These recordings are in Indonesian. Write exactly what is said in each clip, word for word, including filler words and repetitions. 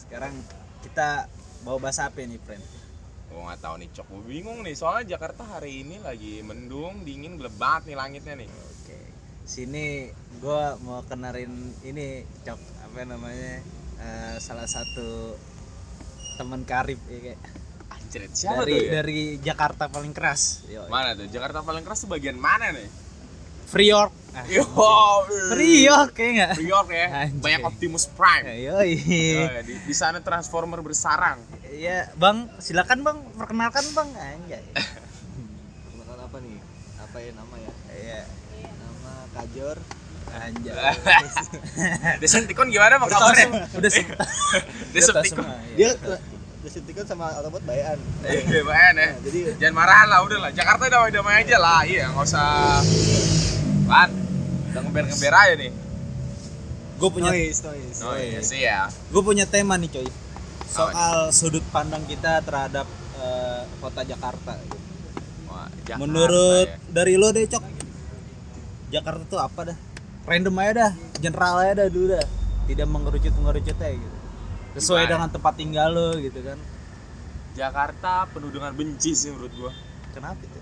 sekarang kita mau bahas apa nih, friend? Gue nggak tahu nih, Cok. Gue bingung nih, soalnya Jakarta hari ini lagi mendung, dingin, gelap banget nih langitnya nih. Oke. Sini gue mau kenalin ini, Cok, apa namanya? Uh, salah satu teman karib ya kayak. Anjir, siapa dari, tuh ya? Dari Jakarta paling keras. Yo, mana tuh? Jakarta paling keras tuh bagian mana nih? Free York. Ah, Yo, Free York kayak nggak? Free York ya. Anjir. Banyak Optimus Prime. Yo, Oh, ya, di, di sana Transformer bersarang. Iya, Bang, silakan Bang, perkenalkan Bang. Anjay. Perkenalkan apa nih? Apa ya nama ya? Iya. Nama Kajor. Anjay. Decepticon gimana Bang kabarnya? Udah sih. Decepticon. Dia disuntikan sama Autobot bayan. Iya, bayan ya. Nah, jadi Jangan marah lah, udah lah. Jakarta damai-damai aja lah. Iya, nggak usah. Pan, udah ngeber-ngeber aja nih. Gue punya noise, noise. Oh iya sih ya. Gue punya tema nih, coy. Soal sudut pandang kita terhadap uh, kota Jakarta gitu. Wah, Jakarta, Menurut ya. dari lo deh, Cok. Jakarta tuh apa dah? Random aja dah, general aja dah dulu dah. Tidak mengerucut-mengerucut aja gitu. Sesuai Gimana? dengan tempat tinggal lo gitu kan. Jakarta penuh dengan benci sih menurut gua. Kenapa itu?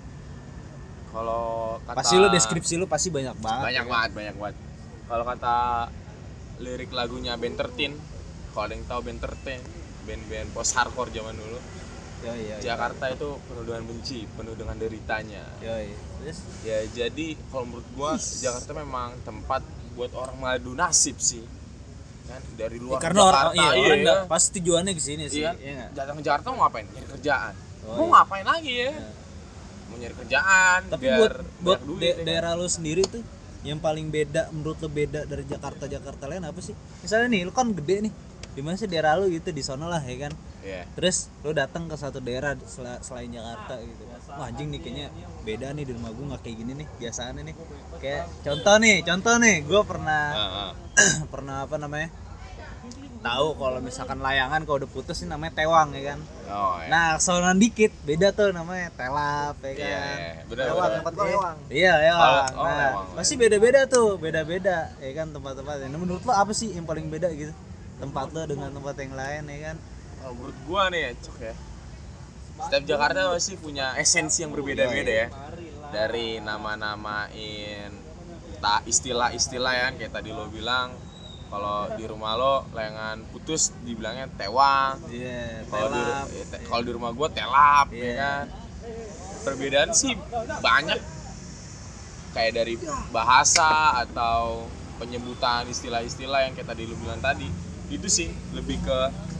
Kalau kata Pasti lo deskripsi lo pasti banyak banget. banyak ya banget, banyak banget. Kalau kata lirik lagunya Ben thirteen, kalau ada yang tahu Ben thirteen, band-band post hardcore zaman dulu. Yo, iya, Jakarta itu penuh dengan benci, penuh dengan deritanya. Yo, iya. Terus Ya jadi kalau menurut gua Jakarta memang tempat buat orang mengadu nasib sih. Kan dari luar ya, karena Jakarta, orang iya, iya, orang iya. nggak- pasti tujuannya ke sini sih. Iya, Iya nggak? datang ke Jakarta mau ngapain? Nyari kerjaan. Oh, mau iya. ngapain lagi ya? Iya. Mau nyari kerjaan. Tapi biar buat buat banyak duit, da- ya kan? daerah lo sendiri tuh yang paling beda menurut lo beda dari Jakarta Jakarta lain apa sih? Misalnya nih, lo kan gede nih, di mana sih daerah lo gitu, di sono lah ya kan. Iya. Terus lo datang ke satu daerah sel- selain Jakarta gitu. Wah anjing nih kayaknya beda nih di rumah gue nggak kayak gini nih biasaannya nih. Kayak contoh nih, contoh nih, gue pernah Heeh. pernah apa namanya? Tahu kalau misalkan layangan kalau udah putus ini namanya tewang ya kan. Oh, iya. Nah, sonoran dikit beda tuh namanya telap ya Iya, kan. iya, benar lewang, benar. tempat gua lewang. Iya, lewang. Oh, oh, Nah, lewang. pasti beda-beda tuh, beda-beda ya kan tempat-tempatnya. Nah, menurut lo apa sih yang paling beda gitu? Tempat lo dengan tempat yang lain ya kan? Kalau menurut gua nih ya, Cok ya. Setiap Jakarta pasti punya esensi yang berbeda-beda ya. Dari nama-namain tak istilah-istilah ya, kayak tadi lo bilang kalau di rumah lo layangan putus dibilangnya tewang. Iya, Kalau di telap. eh, te- kalau di rumah gua telap ya Iya. kan. Perbedaan sih banyak, kayak dari bahasa atau penyebutan istilah-istilah yang kayak tadi lu bilang tadi. Itu sih lebih ke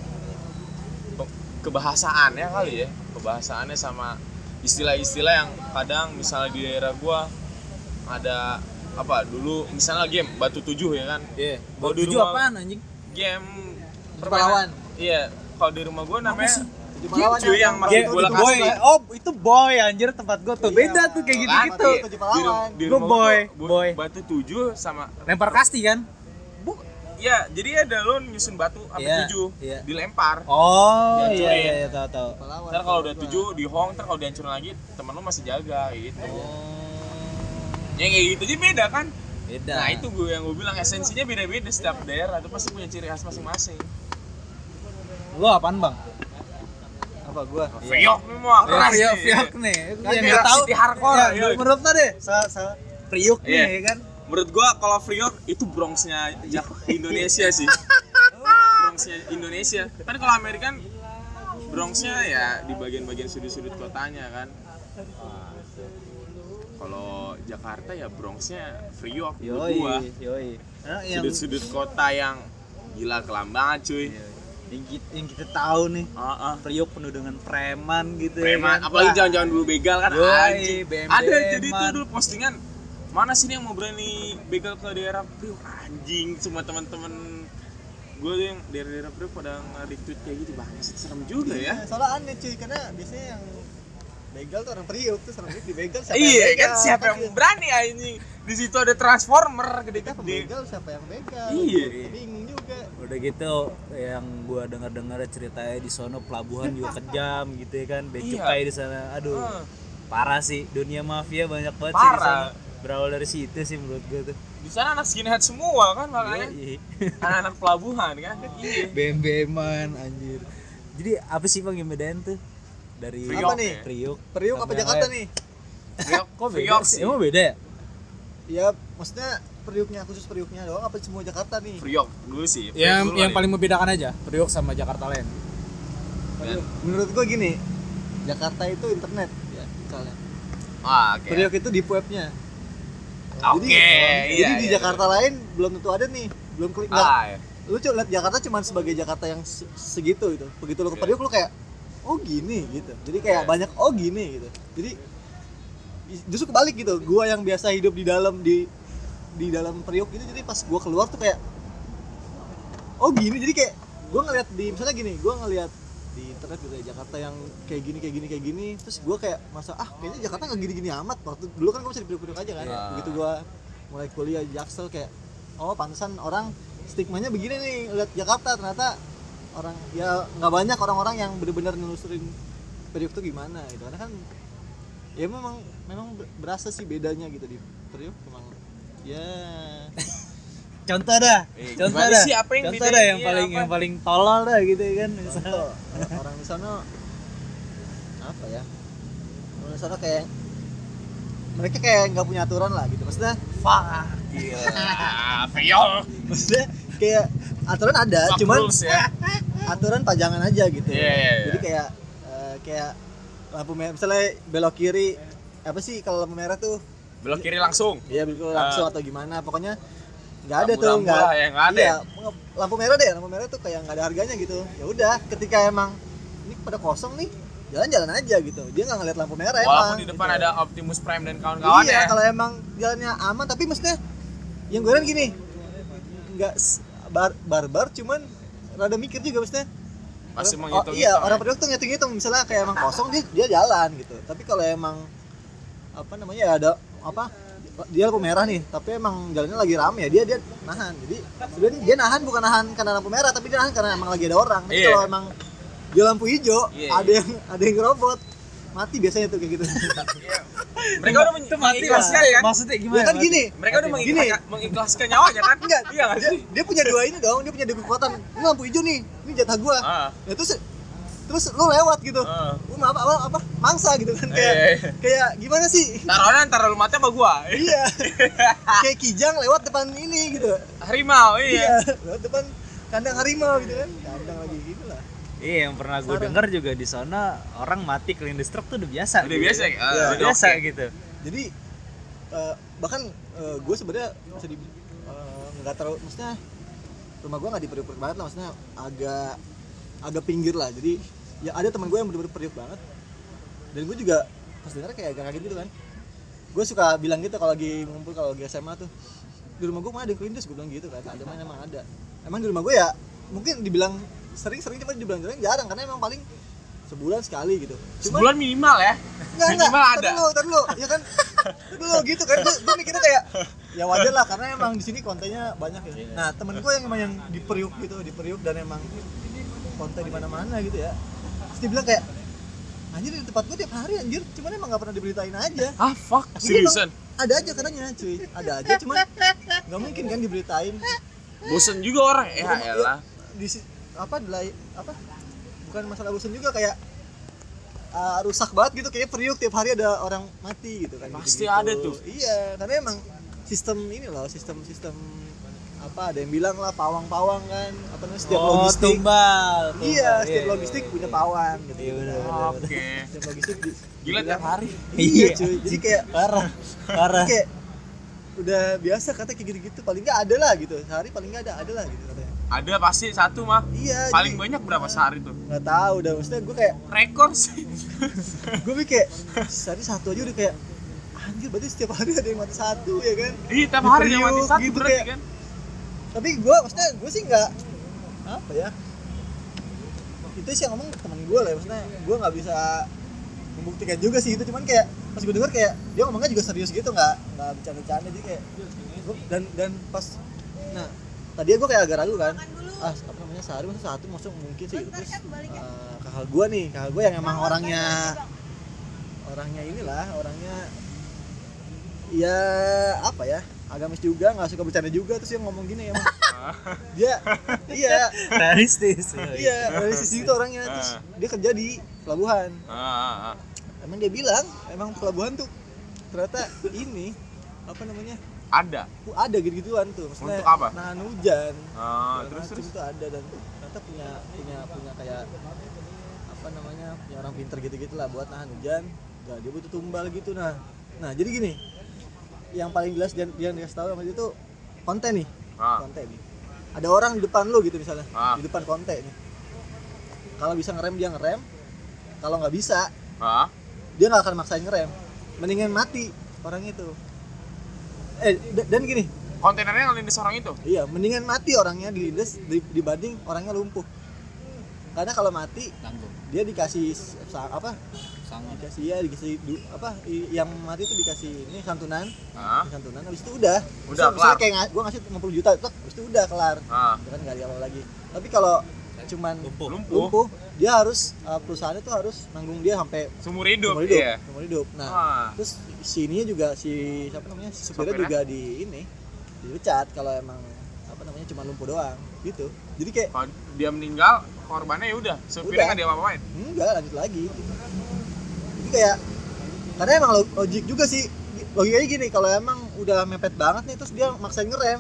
pe- kebahasaannya kali ya. Kebahasaannya sama istilah-istilah yang kadang misalnya di daerah gua ada apa dulu misalnya game Batu Tujuh ya kan. Iya. Kalau di Tujuh rumah- apaan anjing? Game Pahlawan. Iya, kalau di rumah gua namanya sih? Tujuh game pahlawan cuy yang pakai Game bola itu boy. kasti. Oh, itu boy anjir tempat gua tuh. Iya. Beda tuh kayak Kan? gitu-gitu. Iya. Tujuh pahlawan. Di, di Gua rumah boy, gua bu- boy. Batu Tujuh sama Lempar kasti kan? Bu, ya jadi ada lo nyusun batu sampai Iya, tujuh, iya. dilempar. Oh, Dihancurin. iya iya iya tahu tahu. Pahlawan. Ntar kalau udah tujuh di hong, ntar kalau dihancurin lagi temen lo masih jaga gitu. Ya kayak gitu aja beda kan. Beda. Nah itu gue yang gue bilang esensinya beda-beda setiap daerah itu pasti punya ciri khas masing-masing. Lo apaan, Bang? Apa gua? Fiok nih mau keras nih. Fiok, Fiok nih. Kan Yang kayak nggak tahu. City Hardcore, Ya, iya. menurut lo deh, sa sa Priuk nih Iya. ya kan. Menurut gua kalau Priok itu Bronx-nya Jak- Indonesia sih. Bronx-nya Indonesia. Kan kalau Amerika kan Bronx-nya ya di bagian-bagian sudut-sudut kotanya kan. Kalau Jakarta ya Bronx-nya Priok menurut Yoi, gua. yoi. Nah, yang Sudut-sudut kota yang gila kelam banget cuy. yang kita, yang kita tahu nih, Heeh. Priok penuh dengan preman gitu Preman, ya kan. apalagi Wah, jangan-jangan dulu begal kan Yoi, anjing. bem-beman. Ada jadi itu dulu postingan mana sih nih yang mau berani begal ke daerah Priok anjing, semua teman-teman gue tuh yang daerah-daerah Priok pada nge-retweet kayak gitu banget sih, serem juga ya. Iya, soalnya aneh cuy, karena biasanya yang begal tuh orang Priuk tuh serem banget dibegal siapa Iya yang kan begal? siapa yang berani anjing. Di situ ada transformer kita gede-gede. pembegal siapa yang begal? Iya. Bingung juga. udah gitu yang gua dengar-dengar ceritanya di sono pelabuhan juga kejam gitu ya kan, becukai Iya. di sana. Aduh. Heeh. Parah sih, dunia mafia banyak banget sih di Parah. sana. Berawal dari situ sih menurut gua tuh. Di sana anak skinhead semua kan makanya. Iya. Anak-anak pelabuhan kan. Iya. B M B M-an anjir. Jadi apa sih Bang yang bedain tuh dari Priok, Apa nih? ya? Priok Priok apa sama yang Jakarta lain? nih? Priok, Kok beda Priok sih? sih. Emang beda ya? Ya maksudnya Prioknya khusus Prioknya doang apa semua Jakarta nih? Priok dulu sih. Priok Yang dulu yang kali. paling membedakan aja Priok sama Jakarta Land. Aduh, menurut gua gini, Jakarta itu internet ya misalnya. Ah, oke. Priok itu deep webnya. Oke, Jadi, iya. jadi di iya, Jakarta lain belum tentu ada nih, belum klik betul. nggak. Ah, iya. Lu coba lihat Jakarta cuma sebagai Jakarta yang se- segitu gitu. Begitu lu ke Iya. Priok lu kayak oh gini gitu. Jadi kayak Iya. banyak oh gini gitu. Jadi justru kebalik gitu. Gua yang biasa hidup di dalam di di dalam Priok gitu, jadi pas gua keluar tuh kayak oh gini. Jadi kayak gua ngeliat di misalnya gini, gua ngeliat di internet gitu ya Jakarta yang kayak gini kayak gini kayak gini, terus gua kayak masa ah kayaknya Jakarta nggak gini-gini amat. Waktu dulu kan gua masih di Priok-Priok aja kan. Iya. Begitu gua mulai kuliah di Jaksel kayak oh pantesan orang stigmanya begini nih lihat Jakarta, ternyata orang ya nggak banyak orang-orang yang benar-benar nelusurin Priok tuh gimana gitu. Karena kan ya memang memang berasa sih bedanya gitu di Priok memang ya Contoh dah. Eh, Contoh gimana dah. sih? Apa yang Contoh bedain? dah yang Iya, paling apa? yang paling tolol dah gitu kan misalnya. contoh orang di sana apa ya, orang di sana kayak mereka kayak nggak punya aturan lah gitu maksudnya. Fuck. Gila. Priok. Maksudnya kayak aturan ada Fuck cuman rules ya. aturan pajangan aja gitu. Iya, iya, iya. Jadi kayak eh, kayak lampu merah misalnya belok kiri apa sih kalau lampu merah tuh Belok kiri langsung. iya belok langsung atau gimana pokoknya nggak ada tuh Rambu-rambu nggak lah yang nggak ada iya, ya? nge- lampu merah deh lampu merah tuh kayak nggak ada harganya gitu. Ya udah ketika emang ini pada kosong nih jalan-jalan aja gitu, dia nggak ngeliat lampu merah Walaupun emang di depan gitu. ada Optimus Prime dan kawan-kawan Iya ya. kalau emang jalannya aman tapi maksudnya yang gue heran gini nggak s- bar barbar cuman rada mikir juga maksudnya. Masih Oh, menghitung-hitung. iya, orang ya. Priok tuh ngitung-ngitung misalnya kayak emang kosong dia dia jalan gitu. Tapi kalau emang apa namanya ya ada apa dia lampu merah nih, tapi emang jalannya lagi rame ya dia dia nahan. Jadi sebenarnya dia nahan bukan nahan karena lampu merah, tapi dia nahan karena emang lagi ada orang. Tapi Iya. kalau emang dia lampu hijau, Iya, ada yang ada yang ngerobot mati biasanya tuh kayak gitu. Iya. Mereka udah Itu mati mengikhlaskan lah. kan? Maksudnya gimana? Ya kan mati? gini, Mereka udah Gini. mengikhlaskan, mengikhlaskan nyawanya kan? enggak, Iya nggak dia, sih? dia punya dua ini dong, dia punya dua kekuatan. Ini lampu hijau nih, ini jatah gua. Ah. Ya terus terus lu lewat gitu. Ah. Lu apa, apa apa mangsa gitu kan Iya, kayak iya, iya. kayak gimana sih? Taruhan ntar lu mati sama gua. Iya. Kayak kijang lewat depan ini gitu. Harimau, iya. Iya, lewat depan kandang harimau gitu kan. Kandang lagi gitu lah. Iya, yang pernah gue Sarang. denger juga di sana orang mati clean the stroke tuh udah biasa. Udah gitu. biasa ya? Ah, Udah udah biasa oke. gitu. Jadi eh, bahkan gue sebenarnya bisa di eh, nggak terlalu maksudnya rumah gue nggak di periuk-periuk banget lah, maksudnya agak agak pinggir lah. Jadi ya ada teman gue yang bener-bener periuk banget. Dan gue juga pas dengar kayak agak kaget gitu kan. Gue suka bilang gitu kalau lagi ngumpul kalau lagi S M A tuh. Di rumah gue mana ada yang kelindes, gue bilang gitu kan. Ada mana emang ada. Emang di rumah gue ya mungkin dibilang sering-sering cuma dibilang jarang jarang karena emang paling sebulan sekali gitu. Cuma Sebulan minimal ya. enggak enggak. Minimal ada. Tar dulu, tar dulu. Ya kan. Tar dulu gitu kan. Gue gue mikirnya kayak ya wajar lah karena emang di sini kontennya banyak ya. Nah, temen gue yang emang yang di Priuk gitu, di Priuk dan emang konten di mana-mana gitu ya. Terus dia bilang kayak anjir di tempat gue tiap hari anjir, cuman emang enggak pernah diberitain aja. Ah, fuck. Jadi Seriusan? emang ada aja katanya cuy, ada aja cuman nggak mungkin kan diberitain. Bosen juga orang. Ya Bukan- elah. Di si- apa delay apa? Bukan masalah bosan juga kayak uh, rusak banget gitu kayak Priuk tiap hari ada orang mati gitu kan. Pasti gitu-gitu. ada tuh. Iya, karena emang sistem ini loh, sistem-sistem apa ada yang bilang lah pawang-pawang kan, apa namanya setiap Oh, logistik. tumbal. tumbal. Iya, setiap iya, logistik iya, punya iya. pawang gitu. Iya, bener, Bener, bener, bener. Oke. Setiap logistik di- Gila tiap hari. Iya cuy, jadi kayak parah. Parah. kayak udah biasa katanya kayak gitu-gitu, paling nggak ada lah gitu, sehari paling nggak ada, ada lah gitu katanya. Ada pasti satu mah. Iya. Paling jadi- banyak berapa sehari tuh? Nggak tahu dah, maksudnya gue kayak Rekor sih. gue pikir kayak sehari satu aja udah kayak anjir berarti setiap hari ada yang mati satu ya kan. Iya, tiap Di hari yang mati Priuk satu gitu berarti kayak- kan. Tapi gue maksudnya gue sih nggak apa ya, itu sih yang ngomong temen gue lah ya, maksudnya gue nggak bisa membuktikan juga sih itu, cuman kayak pas gue denger kayak dia ngomongnya juga serius gitu, nggak nggak bercanda-bercanda jadi kayak gua, dan dan pas nah tadi gue kayak agak ragu kan, ah apa namanya sehari masa satu maksud mungkin sih gitu. Terus uh, kakak gue nih kakak gue yang emang orangnya orangnya inilah orangnya ya apa ya agamis juga, nggak suka bercanda juga, terus dia ngomong gini emang dia iya realistis. iya realistis itu orangnya, terus dia kerja di pelabuhan. Ah, ah, ah. Emang dia bilang emang pelabuhan tuh ternyata ini apa namanya Ada. ada gitu-gituan tuh, maksudnya Untuk apa? nahan hujan. Ah, Segala terus macem terus. tuh ada, dan ternyata punya punya punya kayak apa namanya punya orang pinter gitu-gitu lah buat nahan hujan. Nah, dia butuh tumbal gitu. Nah, nah jadi gini, yang paling jelas dia yang dikasih tahu sama dia tuh konten nih, Ah. konten nih. Ada orang di depan lu gitu misalnya, Ah. di depan konten nih. Kalau bisa ngerem dia ngerem, kalau nggak bisa Ah. dia nggak akan maksain ngerem, mendingan mati orang itu. Eh d- dan gini, Kontainernya ngelindes orang itu. iya mendingan mati orangnya dilindes di- dibanding orangnya lumpuh. Karena kalau mati Tanggung. dia dikasih sa- apa? Sangat. Dikasih ya dikasih du, apa? I- yang mati itu dikasih ini santunan, Ah. santunan. Habis itu udah. Udah, Misal- misalnya kelar. kayak nga- gua ngasih lima puluh juta, tek, habis itu udah kelar. Ah. Ya kan nggak ada apa lagi. Tapi kalau cuman Lumpuh. Lumpuh. lumpuh, dia harus uh, perusahaannya tuh harus nanggung dia sampai Seumur hidup. seumur hidup. Iya. Seumur hidup. Nah, Wah. terus si ininya juga si siapa namanya si supirnya Sopirnya? juga di ini dipecat kalau emang apa namanya cuma lumpuh doang gitu. Jadi kayak Kalau dia meninggal, korbannya ya udah. Supirnya Udah. nggak dia apa-apain. enggak lanjut lagi gitu. Jadi kayak karena emang lo- logik juga sih, logikanya gini, kalau emang udah mepet banget nih terus dia maksain ngerem,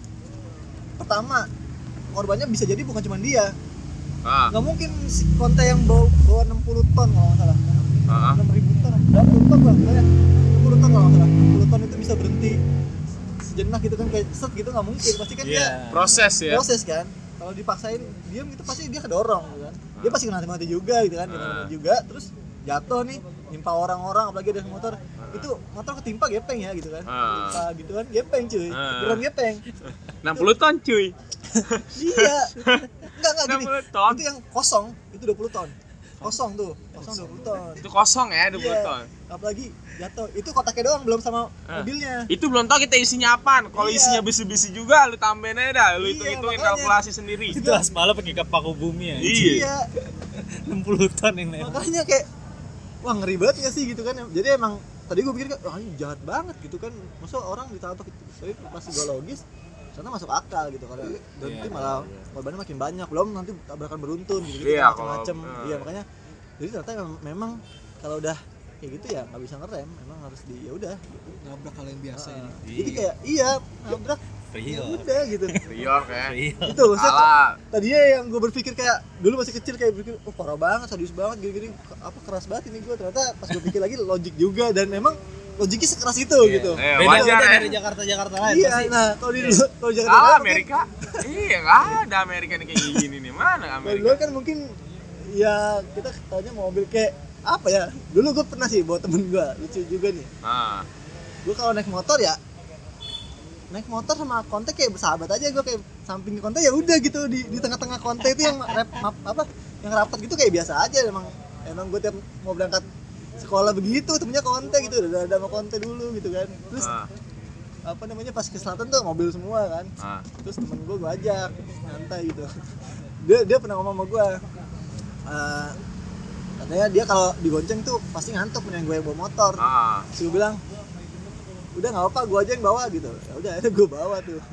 pertama korbannya bisa jadi bukan cuma dia, Ah. nggak mungkin si konten yang bawa, bawa enam puluh ton kalau nggak salah, Ah. enam ribu ton, enam puluh ton bang, banyak, enam puluh ton kalau nggak salah, enam puluh ton itu bisa berhenti sejenak gitu kan, kayak set gitu nggak mungkin, pasti kan Iya. dia Proses ya. proses kan, kalau dipaksain diam gitu pasti dia kedorong gitu kan, dia pasti kena mati juga gitu kan, dia kena mati juga, terus jatuh nih, nimpa orang-orang, apalagi ada motor, itu motor ketimpa gepeng ya gitu kan, Ah. ketimpa gitu kan, gepeng cuy, Ah. beneran gepeng, enam puluh ton cuy. iya, enggak enggak enam gini, puluh ton. itu yang kosong itu dua puluh ton, kosong tuh, kosong dua puluh ton, Itu kosong ya dua puluh Iya. ton. apalagi jatuh, itu kotaknya doang belum sama Ah. mobilnya, Itu belum tahu kita isinya apaan. Kalau Iya. isinya besi-besi juga lu tambahin aja dah. Lu Iya, hitung-hitungin makanya. kalkulasi sendiri. Itu aspalnya pakai paku bumi ya. Iya. iya, enam puluh ton yang lewat. makanya kayak wah ngeri banget gak sih gitu kan, jadi emang tadi gue pikir kan wah ini jahat banget gitu kan, masa orang ditabrak gitu, tapi pas gue logis karena masuk akal gitu, karena dan Iya, nanti malah korbannya makin banyak, belum nanti tabrakan beruntun gitu, Iya, macam-macam, kalau- iya makanya jadi ternyata memang, memang kalau udah kayak gitu ya nggak bisa ngerem, memang harus di ya udah gitu. nabrak hal yang biasa ini. Jadi kayak iya nabrak ya Priok. udah gitu. Rior kayak. Priok. Itu maksudnya Salah. tadinya yang gue berpikir kayak dulu masih kecil kayak berpikir oh parah banget, sadis banget gini-gini, apa keras banget ini gue, ternyata pas gue pikir lagi logik juga, dan memang logiknya sekeras itu Iya. gitu. Eh, Beda wajar beda ya. dari Jakarta-Jakarta lain Iya, pasti. nah kalau di kalau Jakarta Salah Barat Amerika. Iya, nggak ada Amerika nih kayak gini nih. Mana kan, kalau Amerika? dulu kan mungkin ya kita taunya mobil kayak apa ya, dulu gue pernah sih bawa temen gue, lucu juga nih, Ah. gue kalau naik motor ya naik motor sama kontek kayak bersahabat aja, gue kayak samping kontek ya udah gitu, di di tengah-tengah kontek itu yang rap, map, apa yang rapat gitu kayak biasa aja, emang emang gue tiap mau berangkat sekolah begitu temennya kontek gitu, udah ada sama kontek dulu gitu kan, terus Ah. apa namanya pas ke selatan tuh mobil semua kan, Ah. terus temen gue gue ajak santai gitu, dia dia pernah ngomong sama gue, eh, katanya dia kalau digonceng tuh pasti ngantuk nih, yang gue yang bawa motor, Ah. terus gue bilang udah nggak apa-apa gue aja yang bawa gitu, ya udah akhirnya gue bawa tuh,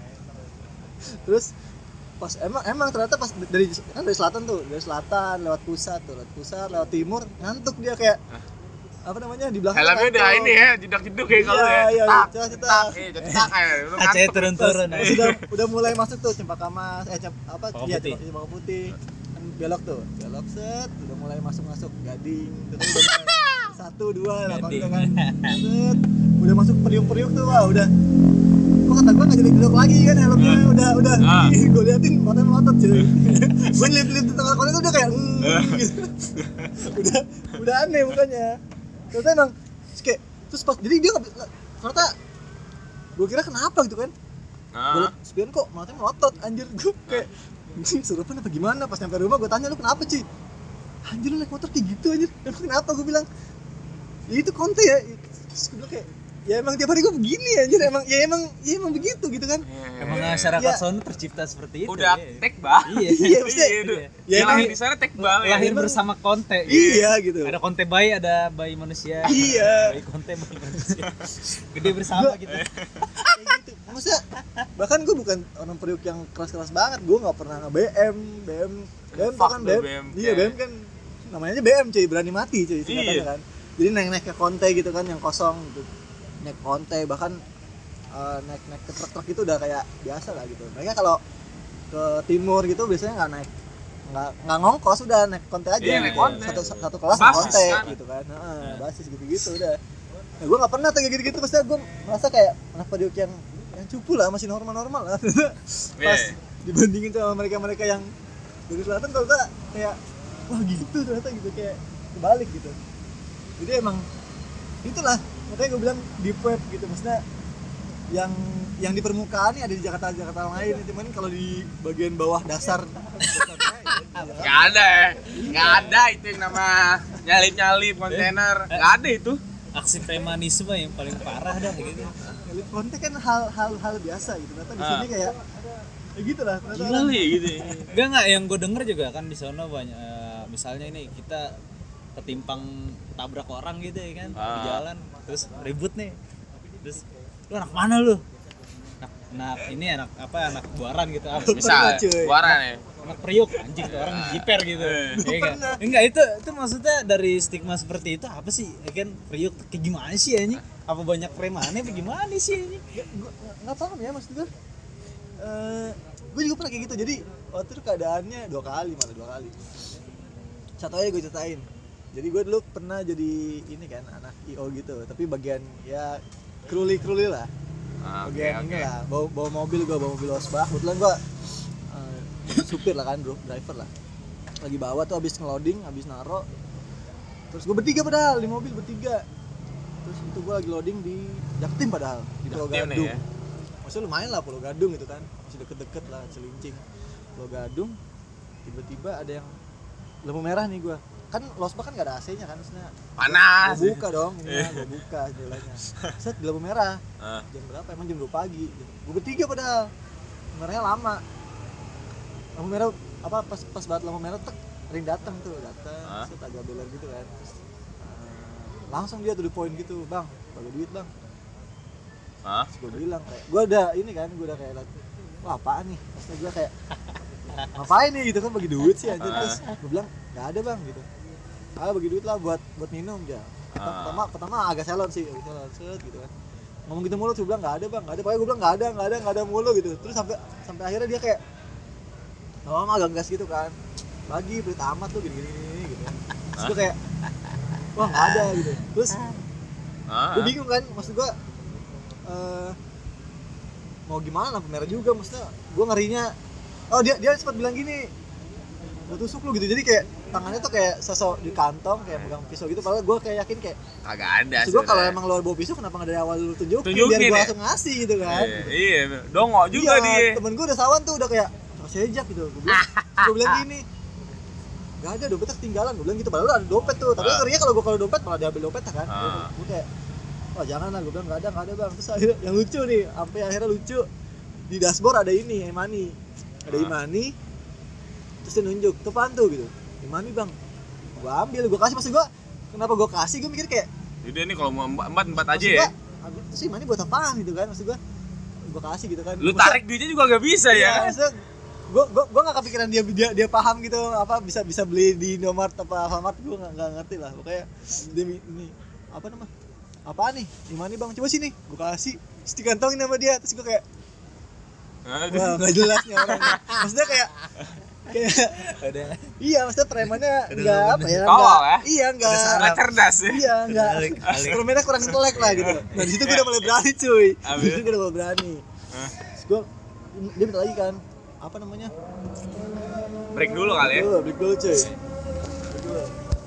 terus pas emang emang ternyata pas dari kan dari selatan tuh, dari selatan lewat pusat tuh, lewat pusat lewat timur ngantuk dia kayak apa namanya di belakang Helmnya udah ngantuk. ini ya, jedak-jeduk kayak kalau Iya, ya. iya, Cetak, cetak, cetak, cetak. eh, cetak eh. Lu Aceh ngantuk. turun-turun. Terus udah udah mulai masuk tuh Cempaka Mas, eh cem, apa Cempaka iya Putih. Cempaka Cempaka Putih, kan belok tuh, belok set, udah mulai masuk masuk Gading, terus udah mulai satu dua lah Gading. kan, set, udah masuk periuk-periuk tuh, wah udah, kok kata gue nggak jadi belok lagi kan helmnya, udah udah, Ah. gue liatin motor melotot cuy, gue liat-liat di tengah konten tuh udah kayak, mm, gitu. udah udah aneh mukanya, ternyata emang terus kayak terus pas jadi dia nggak, ternyata gue kira kenapa gitu kan. Gue Ah. liat spion kok matanya melotot, anjir gue kayak anjing serupan apa gimana, pas nyampe rumah gue tanya lu kenapa Ci, anjir lu naik motor kayak gitu anjir, emang kenapa, gue bilang ya itu konten ya, terus gue bilang kayak ya emang tiap hari gue begini anjir, emang ya emang ya emang begitu gitu kan. Emang Iya. masyarakat Ya. sono tercipta seperti itu. Udah ya. tek bah. Iya. Iya, maksudnya, Iya, iya. ya yang emang lahir di sana tek bah ya. Lahir emang- bersama konte. iya gitu, Ada konte bayi, ada bayi manusia. Iya. Bayi konte, bayi manusia. Gede bersama Gua- gitu. kayak gitu. maksudnya bahkan gue bukan orang Priuk yang keras-keras banget, gue nggak pernah nge B M B M B M tuh Fuck kan the B M, B M, iya B M kan namanya aja B M cuy, berani mati cuy singkatannya Iya. kan. Jadi naik-naik ke konte gitu kan yang kosong gitu, naik konte bahkan uh, naik-naik ke truk-truk itu udah kayak biasa lah gitu. Mereka kalau ke timur gitu biasanya nggak naik nggak nggak ngongkos, udah naik konte aja. Iya, naik konte. Satu satu kelas Basis, naik konte kan? gitu kan. Heeh, basis gitu-gitu udah. Nah, gue nggak pernah tuh kayak gitu-gitu, maksudnya gue merasa kayak anak Priuk yang yang cupu lah, masih normal-normal lah. Pas Iya. dibandingin sama mereka-mereka yang dari selatan, kalau tak kayak wah gitu ternyata gitu, kayak kebalik gitu. Jadi emang itulah makanya gue bilang deep web gitu, maksudnya yang yang di permukaan nih ada di Jakarta Jakarta lain, cuman kalau di bagian bawah dasar Nggak ada ya, nggak ada itu yang nama nyalip-nyalip kontainer, nggak ada itu. Aksi premanisme yang paling parah dah gitu. elit konten kan hal-hal hal biasa gitu, ternyata di sini Ah. kayak ya gitu lah ternyata Gila orang- nih gitu. Enggak enggak yang gue denger juga kan di sana banyak eh, misalnya ini kita ketimpang tabrak orang gitu ya kan di Ah. jalan terus ribut nih. Terus lu anak mana lu? Anak, anak ini anak apa anak buaran gitu. Apa? Misal, cuy. buaran ya. Anak Priuk anjing tuh orang jiper gitu. Eh. Ya enggak. Enggak itu itu maksudnya dari stigma seperti itu apa sih? Ya kan Priuk kayak gimana sih anjing? Apa banyak premannya apa gimana sih anjing? Gua nggak paham ya maksud gue. Eh, gue juga pernah kayak gitu. Jadi waktu itu keadaannya dua kali malah dua kali. Satu aja gue ceritain. Jadi gue dulu pernah jadi ini kan anak I O gitu, tapi bagian ya kruli-kruli lah. Ah, Oke Bagian oke. ini lah, bawa, bawa mobil gue, bawa mobil Osbah. Kebetulan gue eh, supir lah kan bro, driver lah. Lagi bawa tuh habis ngeloading, habis naro. Terus gue bertiga padahal di mobil bertiga. Terus itu gue lagi loading di Jaktim padahal di Pulau Jaktim nih Gadung. ya. Maksudnya lumayan lah Pulau Gadung gitu kan, masih deket-deket lah Cilincing. Pulau Gadung, tiba-tiba ada yang lampu merah nih gue. Kan Losbah kan gak ada A C-nya kan, maksudnya Panas. gue buka dong, ini gue buka jendelanya. Set di lampu merah. Ah. Jam berapa? Emang jam dua pagi. Gue bertiga padahal. Merahnya lama. Lampu merah apa pas pas banget lampu merah tek ring datang tuh, datang. Hah? Set agak beler gitu kan. Terus, eh, langsung dia tuh di poin gitu, "Bang, bagi duit, Bang." Hah? Terus gue bilang kayak, gue udah ini kan, gue udah kayak, wah apaan nih? Terus gue kayak, ngapain nih gitu kan bagi duit sih anjir. Terus gue bilang, nggak ada bang gitu. Ah bagi duit lah buat buat minum ya. Pertama, Ah. pertama, pertama agak salon sih, agak salon set gitu kan. Ngomong gitu mulu, gue bilang nggak ada bang, nggak ada. Pokoknya gue bilang nggak ada, nggak ada, nggak ada mulu gitu. Terus sampai sampai akhirnya dia kayak, lama-lama agak gas gitu kan. Bagi pelit amat tuh gini-gini gitu. Terus gue kayak, wah nggak ada gitu. Terus Ah. gue bingung kan, maksud gue eh mau gimana, lampu merah juga, maksudnya gue ngerinya. Oh dia dia sempat bilang gini, gue tusuk lu gitu. Jadi kayak tangannya tuh kayak sosok di kantong kayak pegang pisau gitu. Padahal gue kayak yakin kayak, Kagak ada. maksud gue kalau sebenarnya. emang lu bawa pisau kenapa nggak dari awal lu tunjukin, Tunjukin biar gue ya. langsung ngasih gitu kan. Iya, iya, dongo juga Iya, dia. temen gue udah sawan tuh udah kayak sejak gitu. Gue bilang, gue bilang gini, gak ada dompetnya ketinggalan. Gue bilang gitu, padahal ada dompet tuh. Tapi Ah. ngerinya kalau gue kalau dompet malah diambil dompetnya kan. Ah. Gue kayak, wah jangan lah. Gue bilang nggak ada, nggak ada bang. Terus akhirnya yang lucu nih, sampai akhirnya lucu di dashboard ada ini, e-money, ada Ah. e-money. Terus dia nunjuk, tuh apaan tuh gitu, e-money bang. Gue ambil, gue kasih. Maksud gue, kenapa gue kasih? Gue mikir kayak, Jadi ini kalau mau empat empat, empat aja maksud ya. gua, ambil, terus e-money buat apaan gitu kan? Maksud gue, gue kasih gitu kan. Lu Maksudnya- tarik duitnya juga gak bisa Iya, ya. maksudnya gua gua gua enggak kepikiran dia dia dia paham gitu apa bisa bisa beli di Indomaret apa Alfamart, gua enggak enggak ngerti lah. Pokoknya dia mi- ini apa nama? Apaan nih? Gimana nih, Bang? Coba sini. Gua kasih. Terus dikantongin sama dia. Terus gua kayak, wah, enggak jelas nih orang. Maksudnya kayak kayak Ada iya, maksudnya premannya enggak apa ya? Kawal enggak- ya? Iya, enggak. Nggak cerdas ya. Iya, enggak. Alik, alik. Premannya kurang intelek lah gitu. Nah, di situ gua udah mulai berani, cuy. Abis? Di situ gua udah mulai berani. Hah? Terus gua dia minta lagi kan. Apa namanya? Break dulu kali ya. Dulu, break dulu cuy. Break dulu.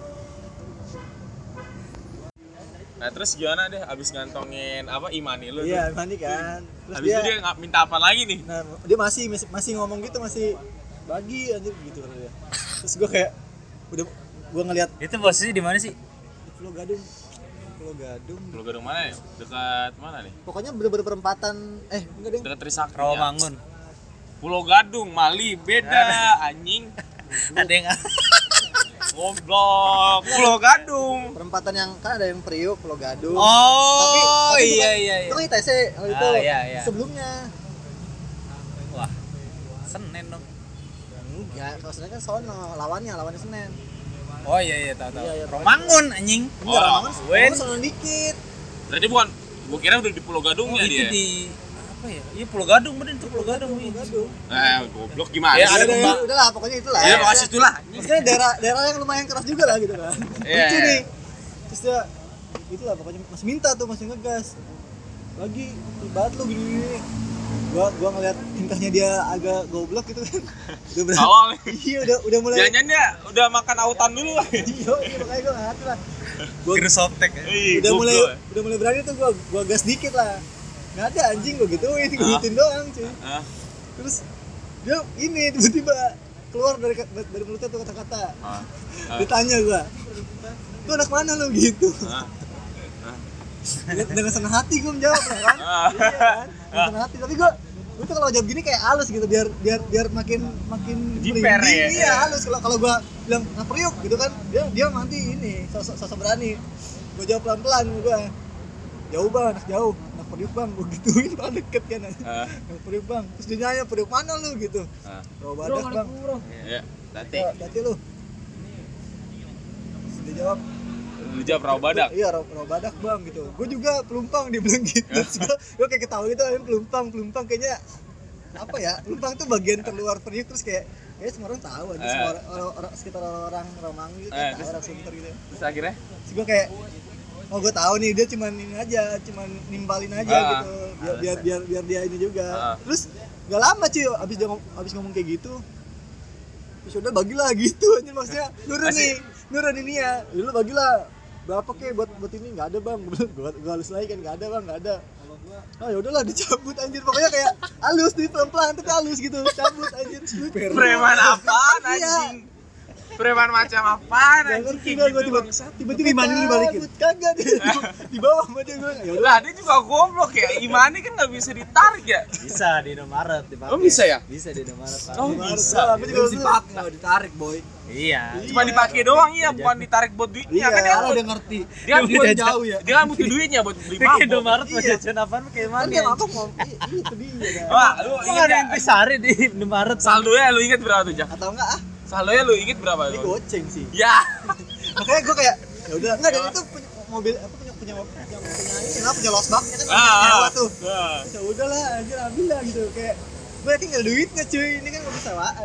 Nah terus gimana deh abis ngantongin apa imani lu Iya, tuh? mandi kan. Terus Abis dia, itu dia nggak minta apa lagi nih? nah dia masih masih, masih ngomong gitu, masih bagi anjir gitu kan dia. Terus gua kayak udah gua ngeliat itu posisi di mana sih? Pulau Gadung. Pulau Gadung. Pulau Gadung mana ya? Dekat mana nih? Pokoknya bener-bener perempatan eh enggak deh. Dekat Trisakti. ya? Rawamangun. Pulau Gadung, Mali, beda anjing. Ada yang Goblok. Pulau Gadung. Perempatan yang kan ada yang Priuk, Pulau Gadung. Oh, tapi, tapi iya bukan- iya Itu iya. kan I T C kalau itu. Ah, iya, iya. Sebelumnya. Wah. Senen dong. Enggak, kalau Senen kan sono, lawannya, lawannya Senen. Oh iya iya tahu tahu. Iya, iya, Romangun anjing. Enggak, Oh, Ramangan wen. sono dikit. Berarti bukan, gua kira udah di Pulau Oh, Gadungnya itu dia. di apa ya? Iya Pulau Gadung bener itu Pulau Gadung. Pulau iya. Gadung. Eh, goblok gimana Ya, sih? ada Udah, kembang. udah lah, pokoknya itulah. Ya, pokoknya itulah. Maksudnya daerah daerah yang lumayan keras juga lah gitu kan. Iya, Lucu iya. nih. Terus dia itulah pokoknya masih minta tuh, masih ngegas. Lagi banget lu gini-gini. Gua gua ngeliat tingkahnya dia agak goblok gitu kan. Udah berani. Awal. Iya, udah udah mulai. Jangan dia udah makan autan dulu lah. Iya, iya makanya gua ngerti lah. Gua Kira softtek ya. Ih, udah mulai goblok. udah mulai berani tuh gua gua gas dikit lah. Nggak ada anjing gua gituin, gua Ah. gituin doang cuy. Ah, Terus dia ini tiba-tiba keluar dari dari mulutnya tuh kata-kata. ah, ah, Ditanya gua, "Lu anak mana lu?" gitu. ah. Dengan, dengan senang hati gua menjawab lah kan. Ah. Iya kan? Dengan senang hati, tapi gua gua tuh kalau jawab gini kayak halus gitu biar biar biar makin makin Jiper merinding. ya? Iya, halus. Kalau kalau gua bilang "Nah, Priuk" gitu kan, dia dia nanti ini sosok sosok berani. Gua jawab pelan-pelan gua. Jauh bang, anak jauh, anak Priuk bang, gua gituin kan deket kan. Ah. Anak Priuk bang, terus dia nanya Priuk mana lu gitu. Ah. Rawa Badak bang. Ya, nanti Ya, hati lu. Terus dia jawab, lu jawab rawa badak. iya rawa, rawa badak bang gitu. Gue juga pelumpang dia bilang gitu. Terus gue, gue kayak ketawa gitu, "Ayo, pelumpang, pelumpang kayaknya apa ya? Pelumpang tuh bagian terluar Priuk terus kayak kayak semua orang tahu aja, Eh. semua orang, orang, orang sekitar orang Romangun gitu, Eh, tahu terus- orang sekitar gitu. Terus akhirnya Terus gue kayak oh gue tahu nih dia cuman ini aja, cuman nimbalin aja Ah. gitu, biar biar biar biar dia ini juga. Ah. Terus gak lama cuy, abis dia ngom- abis ngomong kayak gitu, terus udah bagilah gitu aja maksudnya nurun Masih- nih, nurun ini ya, ya lu bagilah berapa kek buat buat ini nggak ada bang, gue gue halus lagi kan nggak ada bang nggak ada. Oh ya udahlah dicabut anjir, pokoknya kayak halus nih pelan-pelan tapi halus gitu, cabut anjir. preman apaan Iya. anjing? Preman macam apaan Gak anjing? ngerti Kayak gue, gitu tiba, bangsat. tiba-tiba Imani dibalikin. Kagak dia di bawah sama dia gue. Ya udah. Lah dia juga goblok ya. Imani kan nggak bisa ditarik ya. Bisa di Indomaret dipakai. Oh, bisa ya? Bisa di Indomaret. Pak. Oh, Gimana? bisa. Aku juga harus dipakai, nggak ditarik boy. Iya. Cuma dipakai doang ya, bukan ditarik buat duitnya. Kan dia kalau buat- udah ngerti. dia kan buat jauh ya. Dia kan butuh duitnya buat beli Kayak mabok. Indomaret mau Iya. jajan apaan kayak Kan mana? dia mabok mau itu dia. Wah, lu Kok inget ada ya? intisari di Indomaret? Saldonya lu inget berapa tuh, Jak? Atau enggak ah? Saldonya lu inget berapa? Ini goceng sih. Ya. Makanya gue kayak ya udah enggak, dan itu punya mobil apa punya punya punya punya ini lah, punya losbaknya kan Ah, nyawa ah. tuh. Ah. Ya udahlah anjir, ambil lah gitu kayak gue yakin gak ada duitnya cuy, ini kan mobil sewaan.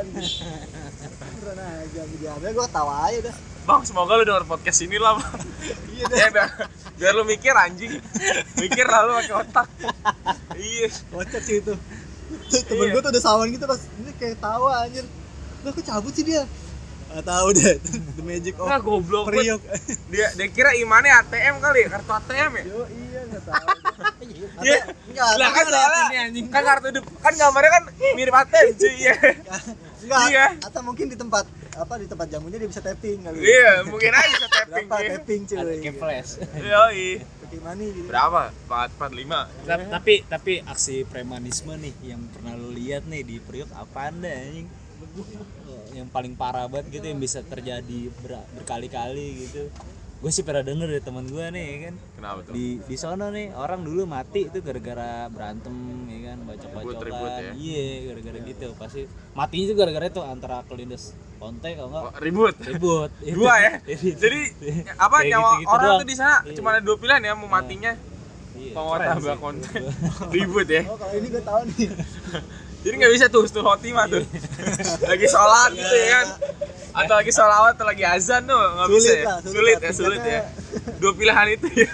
Beneran aja ambil diambil, gue ketawa aja udah. Bang, semoga lu denger podcast ini lah, Bang. Iya dah. Ya, biar, biar lu mikir anjing. Mikir lah lu pakai otak. Iya. Kocak sih itu. Tuh, temen Iya. gue tuh udah sawan gitu pas ini kayak tawa anjir. Lah kok cabut sih dia? Gak tau deh. The magic of Nah, goblok Priok. banget. Dia dia kira Imane A T M kali, kartu A T M ya? Yo iya gak tau. Iya. Enggak, Lah kan tapi soalnya kan kartu hidup kan gambarnya kan mirip A T M cuy ya. enggak. Iya. Atau mungkin di tempat apa di tempat jamunya dia bisa tapping kali. Iya, mungkin aja bisa tapping. Berapa ya. tapping cuy? Ada kayak flash. Yoi. Pakai money gitu. Berapa? empat empat lima. Tapi tapi aksi premanisme nih yang pernah lu lihat nih di Priok apa anda anjing? Yang paling parah banget gitu yang bisa terjadi ber- berkali-kali gitu. Gue sih pernah denger dari teman gue nih kan. Kenapa tuh? Di di sono nih orang dulu mati itu gara-gara berantem ya kan, Ribut-ribut bacok-bacokan. ya. Iya, gara-gara gitu. Pasti matinya itu gara-gara itu antara kelindes ponte kalau enggak Oh, ribut. ribut. Dua ya. Jadi Jadi apa kayak nyawa gitu-gitu orang doang. tuh di sana Iya. cuma ada dua pilihan ya, mau matinya Iya, mau keren tambah sih. konten. Ribut ya. Oh, kalau ini gue tahu nih. Jadi nggak bisa tuh husnul khotimah tuh. Lagi sholat gitu ya kan. Atau lagi sholawat atau lagi azan tuh nggak bisa Sulit ya. lah, sulit Sulit lah. ya, sulit ya. Tingkatnya- Dua pilihan itu ya.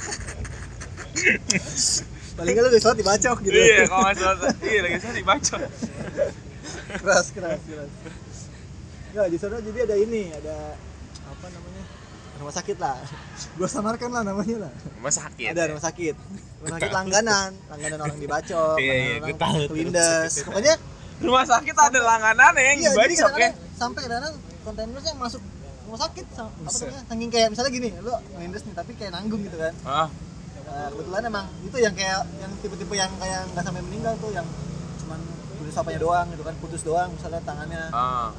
Paling enggak lu udah sholat dibacok gitu. Iya, kalau nggak sholat, iya lagi sholat dibaca. Keras, keras, keras. Enggak, di sana jadi ada ini, ada apa namanya? Rumah sakit lah. Gua samarkan lah namanya lah. Rumah sakit. Ada rumah sakit. Rumah sakit langganan, langganan orang dibacok, Iya, iya, langganan gua tahu orang tuh. kelindes. Pokoknya Rumah sakit ada langganan yang iya, jadi dibacok ya. kadang-kadang sampai kadang-kadang kontainernya masuk rumah sakit sama apa namanya? Saking kayak misalnya gini, lu kelindes nih tapi kayak nanggung gitu kan. Ah, Nah, kebetulan emang itu yang kayak yang tipe-tipe yang kayak nggak sampai meninggal tuh, yang cuman putus apanya doang gitu kan, putus doang misalnya tangannya. ah.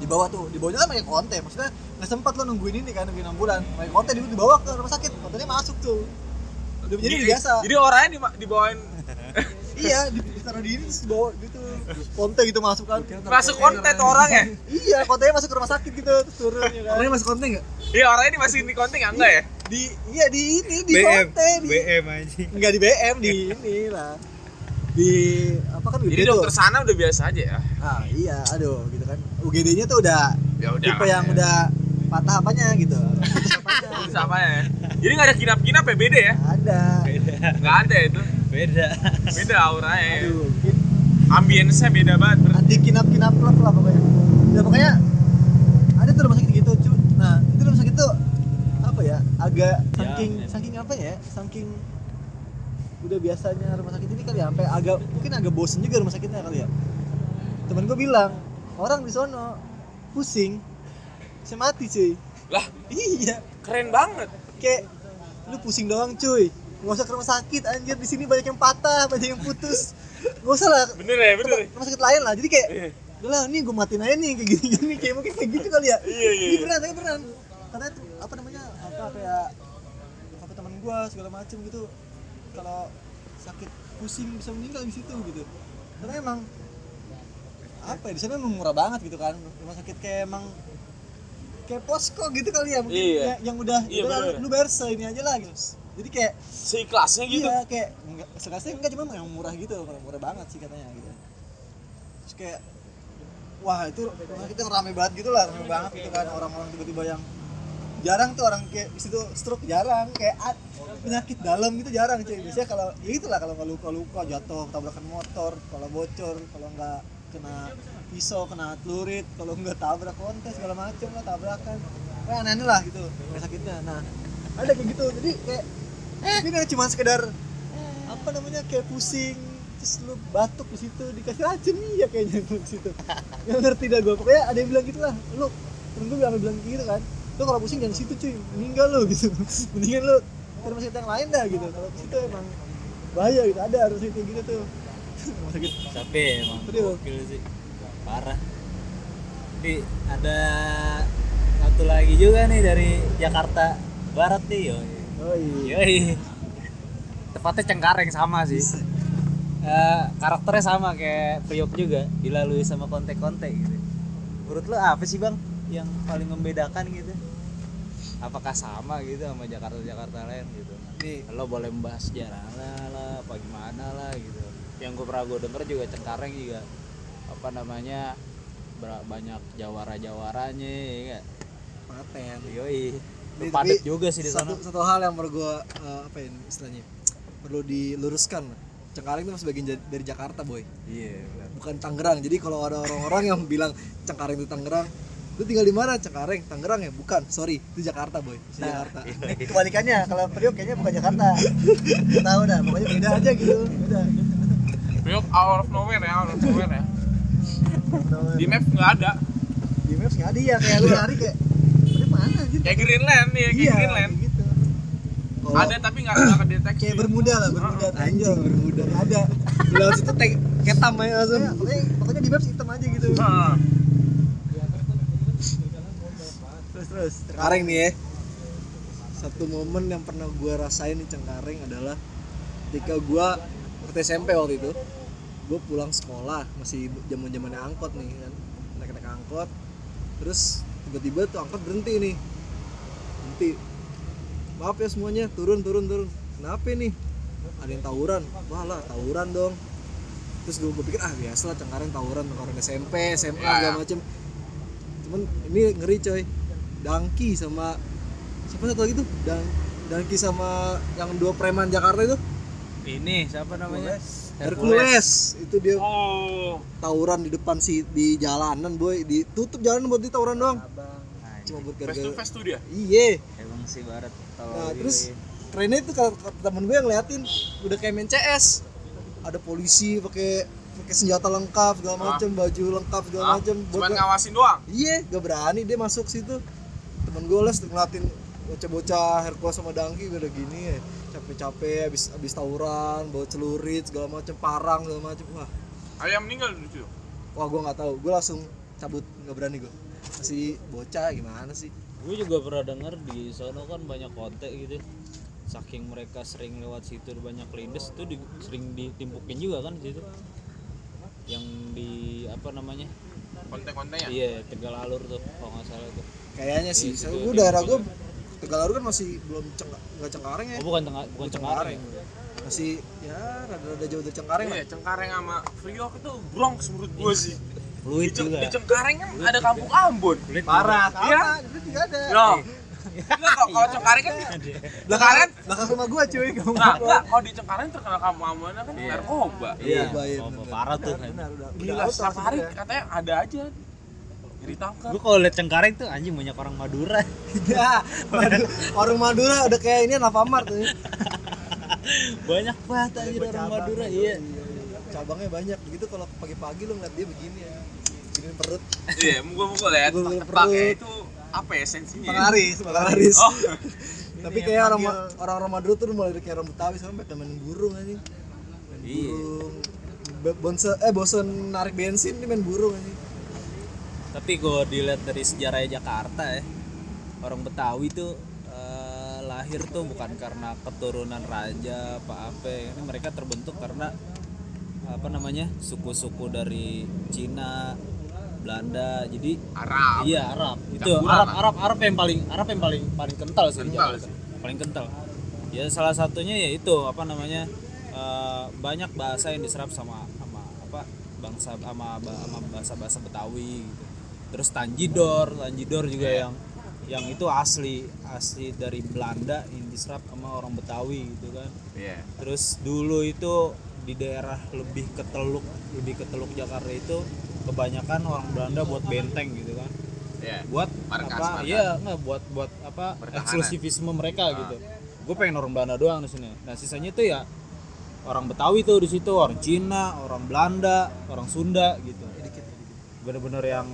di bawah tuh, di bawahnya kan pakai konten, maksudnya nggak sempat lo nungguin ini kan, nungguin enam bulan, pakai konten itu dibawa ke rumah sakit, kontennya masuk tuh, udah jadi biasa. Jadi orangnya di dibawain Iya, ditaruh di ini terus dibawa gitu, konten gitu masuk kan. masuk konten tuh orangnya. Iya, kontennya masuk ke rumah sakit gitu, terus turun ya kan. Orangnya masuk konten nggak? Iya orangnya dimasukin di konten enggak ya? Di, iya di ini, di B M konten. Di, B M anjing. Enggak di B M, di ini lah. Di apa kan Jadi gede dokter tuh. sana udah biasa aja ya. Ah iya, aduh gitu kan. U G D-nya tuh udah Ya udah. tipe yang ya. udah patah apanya gitu. Putus apanya. Terus apa ya? Jadi nggak ada kinap-kinap ya beda ya? Ada. Nggak ada itu. Beda. Beda auranya. Ya. Aduh, mungkin Ambience-nya beda banget. Bro. anti kinap-kinap klub lah pokoknya. Ya pokoknya ada tuh rumah sakit gitu, cu. Nah, itu rumah sakit tuh apa ya? Agak saking Ya, saking apa ya? Saking udah biasanya rumah sakit ini kali ya, sampai agak mungkin agak bosen juga rumah sakitnya kali ya. Temen gue bilang, orang di sono pusing, bisa mati cuy. Lah, Iya, keren banget. kayak lu pusing doang cuy, nggak usah ke rumah sakit anjir, di sini banyak yang patah, banyak yang putus, nggak usah lah Bener ya, bener. rumah, rumah sakit lain lah. Jadi kayak Iya. udah lah, nih gue matiin aja nih kayak gini-gini, kayak mungkin kayak gitu kali ya. Iya, iya, Ini iya. beneran, tapi beneran. Katanya tuh apa namanya, apa kayak apa teman gue segala macem gitu, kalau sakit pusing bisa meninggal di situ gitu. Karena emang apa ya, di sana emang murah banget gitu kan, rumah sakit kayak emang kayak posko gitu kali ya mungkin. Iya. Ya, yang udah, Iya, udah bener. lu bayar se ini aja lah gitu. Jadi kayak Seikhlasnya gitu. iya kayak enggak sekasih enggak, cuma yang murah gitu, murah banget sih katanya gitu. Terus kayak wah itu rumah kita rame banget gitu lah, rame banget gitu kan, orang-orang tiba-tiba yang jarang tuh orang kayak di situ stroke jarang, kayak a- penyakit dalam gitu jarang cuy. Biasanya kalau ya itulah, kalau nggak luka-luka jatuh tabrakan motor, kalau bocor, kalau nggak kena pisau, kena celurit, kalau nggak tabrak kontes segala macem lah, tabrakan kayak aneh-aneh lah gitu kayak sakitnya. Nah ada kayak gitu, jadi kayak ini yang cuma sekedar apa namanya kayak pusing terus lu batuk di situ dikasih racun nih ya kayaknya lu di situ. Nggak ngerti dah gue, pokoknya ada yang bilang gitu lah, lu temen gue bilang bilang gitu kan, lu kalau pusing jangan di situ cuy, meninggal lu gitu. Mendingan lu ke rumah sakit yang lain dah gitu, kalau di situ emang bahaya gitu, ada rumah sakit kayak gitu tuh. Rumah sakit Tapi emang Aduh. gokil sih. Parah. Tapi ada satu lagi juga nih dari Jakarta Barat nih, yoi. oh iya Yoi. Tepatnya Cengkareng sama sih. Eh, karakternya sama kayak Priok juga, dilalui sama kontek-kontek gitu. Menurut lu apa sih bang yang paling membedakan gitu? Apakah sama gitu sama Jakarta-Jakarta lain gitu? nih Lo boleh membahas sejarahnya lah, apa gimana lah gitu. Yang gue pernah gue denger juga Cengkareng juga apa namanya ber- banyak jawara-jawaranya ya nggak? paten. Yoi. Nih, Padat tapi juga sih di satu, sana. satu hal yang perlu gue uh, apa ya istilahnya perlu diluruskan, Cengkareng itu sebagian ja- dari Jakarta boy, Iya. benar. bukan Tangerang. Jadi kalau ada orang-orang yang bilang Cengkareng itu Tangerang, lu tinggal di mana? Cengkareng, Tangerang ya? Bukan, sorry, itu Jakarta boy, itu Nah, Jakarta. iya. Ini kebalikannya, kalau Priok kayaknya bukan Jakarta. Nggak tahu dah, pokoknya beda aja gitu, beda. Priok out of nowhere ya, out of nowhere ya. Di map nggak ada. Di Maps nggak ada ya, kayak lu lari kayak ini mana gitu. Kayak Greenland nih, kayak Iya, Greenland. kayak gitu. Kalau Ada tapi nggak nggak kedeteksi. kayak Bermuda lah, Bermuda Ah, anjing, Bermuda nggak ada. Di laut situ tek ketam aja langsung. Pokoknya, pokoknya di Maps hitam aja gitu. Heeh. Terus terus Cengkareng nih ya, satu momen yang pernah gue rasain di Cengkareng adalah ketika gue waktu S M P waktu itu, gue pulang sekolah masih zaman zamannya angkot nih kan, naik naik angkot, terus tiba-tiba tuh angkot berhenti nih, berhenti, maaf ya semuanya, turun turun turun, kenapa nih, ada yang tawuran, wah lah tawuran dong. Terus gue, gue pikir ah biasa lah Cengkareng tawuran, orang S M P, S M A Ya, segala ya. macem. Cuman ini ngeri coy, Dangki sama siapa satu lagi tuh, Dang Dangki sama yang dua preman Jakarta itu, Ini siapa namanya? Hercules. Itu dia Oh. tawuran di depan si di jalanan boy, ditutup jalanan buat di tawuran doang, cuma buat Face to gara-gara. face tuh dia. Iya. Emang sih Barat kalau Nah gitu terus ya. kerennya itu kalau kalau temen gue yang ngeliatin udah kayak main C S, ada polisi pakai pakai senjata lengkap segala Ah. macem, baju lengkap segala Ah, macem. Cuman Buat ngawasin doang. iya, gak berani dia masuk situ. Temen gue les ngeliatin bocah-bocah Hercules sama Dangki udah gini ya, capek-capek habis habis tawuran, bawa celurit segala macem, parang segala macem. Wah, Ada yang meninggal di situ. wah gue nggak tahu. Gue langsung cabut, nggak berani gue. masih bocah gimana sih? Gue juga pernah denger di sono kan banyak kontek gitu. Saking mereka sering lewat situ banyak lindes tuh di, sering ditimpukin juga kan di situ. Yang di apa namanya? Konten-kontennya. Iya, Tegal Alur tuh kalau nggak salah tuh. Kayaknya sih. Iya, Saya situ gue ada daerah gue timpukin. Tegalarur kan masih belum ceng nggak Cengkareng ya. Oh, bukan tengah bukan Cengkareng. Masih ya rada-rada jauh dari Cengkareng lah. Iya, Cengkareng sama Priok itu Bronx menurut gue sih. Fluid Di, Ceng- juga. di Cengkareng kan ada kampung Ambon. Parah. Iya. Itu juga ada. Loh. Enggak, kalau kalau Cengkareng kan Belakang belakang rumah gua cuy, kamu. Nah, enggak, kalau di Cengkareng terkenal kampung Ambon kan Iya. narkoba. Iya, Iya, oh, bener. parah tuh. Benar, udah. Gila, udah setiap out hari maksudnya. katanya ada aja ditangkap. Gue kalau liat Cengkareng tuh anjing banyak orang Madura. Ya, Madu- warung Madura udah kayak ini Alfamart tuh. Banyak banget anjir orang Cabang, Madura, iya, iya. iya. Cabangnya banyak. Begitu kalau pagi-pagi lu ngeliat dia begini ya. Gini perut. Iya, mukul-mukul ya. Mukul Tebak ya perut. itu apa ya esensinya? ya? Pengaris, pengaris. Oh. Tapi Ini kayak yang orang panggil- orang-orang Madura tuh mulai dari kayak orang Betawi sampai main burung anjing. Main Iya. burung. Be- Bonse, eh bosen narik bensin dia main burung anjing. Tapi gue dilihat dari sejarah Jakarta ya, orang Betawi tuh eh, lahir tuh bukan karena keturunan raja apa apa, ini mereka terbentuk karena apa namanya suku-suku dari Cina, Belanda, jadi Arab. iya Arab itu Campuran Arab lah. Arab Arab yang paling Arab yang paling paling kental sih di Kental Jakarta. sih. Paling kental ya, salah satunya ya itu apa namanya eh, banyak bahasa yang diserap sama sama apa bangsa sama ba- sama bahasa-bahasa Betawi gitu. Terus Tanjidor Tanjidor juga yang yang itu asli asli dari Belanda yang diserap sama orang Betawi gitu kan. Iya. Terus dulu itu di daerah lebih ke Teluk lebih ke Teluk Jakarta itu kebanyakan orang Belanda buat benteng gitu kan, Iya. buat Markas, apa markas. iya nggak buat buat apa Pertahanan. eksklusivisme mereka Ah. gitu. Gue pengen orang Belanda doang di sini, nah sisanya tuh ya orang Betawi tuh di situ, orang Cina, orang Belanda, orang Sunda gitu, bener-bener yang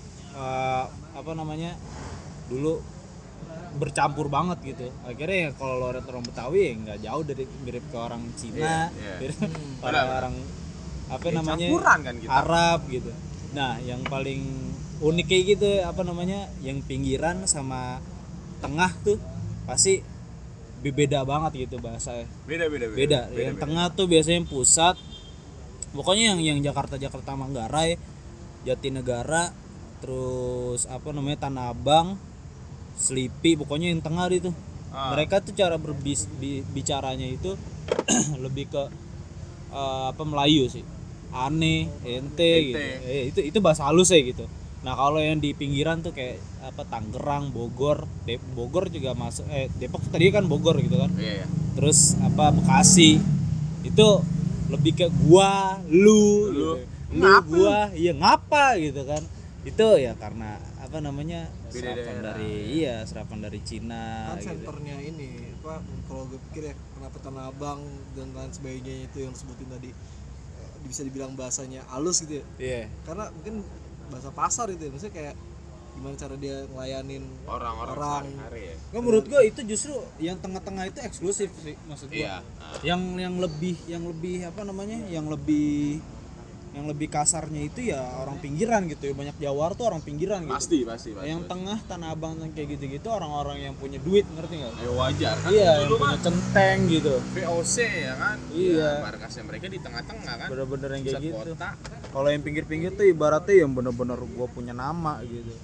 eh, apa namanya dulu bercampur banget gitu. Akhirnya ya kalau lo lihat orang Betawi ya nggak jauh dari mirip ke orang Cina, Iya, iya. mirip Benar, orang-orang apa Ya, namanya campuran kan kita. Arab gitu. Nah yang paling unik kayak gitu apa namanya yang pinggiran sama tengah tuh pasti beda banget gitu bahasanya. Beda beda beda. Beda. beda, Yang beda. tengah tuh biasanya yang pusat. Pokoknya yang yang Jakarta Jakarta Manggarai, Jatinegara, terus apa namanya Tanah Abang, Selipi, pokoknya yang tengah itu. Ah. Mereka tuh cara berbis bi- bicaranya itu lebih ke eh, apa Melayu sih. Aneh, ente, Ente. gitu. Eh, itu itu bahasa halus ya gitu. Nah, kalau yang di pinggiran tuh kayak apa Tangerang, Bogor, Dep- Bogor juga masuk eh Depok tadi kan Bogor gitu kan. Iya, iya. Terus apa Bekasi itu lebih ke gua, lu, Lu. gitu. Lu, Ngapa lu? gua, iya ngapa gitu kan. Itu ya karena apa namanya Beda serapan daerah. dari iya serapan dari Cina Kan gitu. senternya ini apa kalau gue pikir ya kenapa Tanah Abang dan lain sebagainya itu yang sebutin tadi eh, bisa dibilang bahasanya halus gitu ya. Iya. Karena mungkin bahasa pasar itu ya, maksudnya kayak gimana cara dia ngelayanin Orang-orang Orang. sehari-hari ya. Nggak, menurut gua itu justru yang tengah-tengah itu eksklusif sih maksud gua. Iya. Nah, Yang yang lebih yang lebih apa namanya? Yang lebih yang lebih kasarnya itu ya orang pinggiran gitu ya. Banyak Jawar tuh orang pinggiran gitu. pasti pasti pasti. Yang pasti. tengah Tanah Abang yang kayak gitu-gitu orang-orang yang punya duit, ngerti nggak? Ya wajar kan. Iya, yang dulu punya kan centeng gitu. V O C ya kan. Iya. Ya, markasnya mereka di tengah-tengah kan. Bener-bener yang kayak Pusat gitu. kota. Kalau yang pinggir-pinggir tuh ibaratnya yang bener-bener gua punya nama gitu.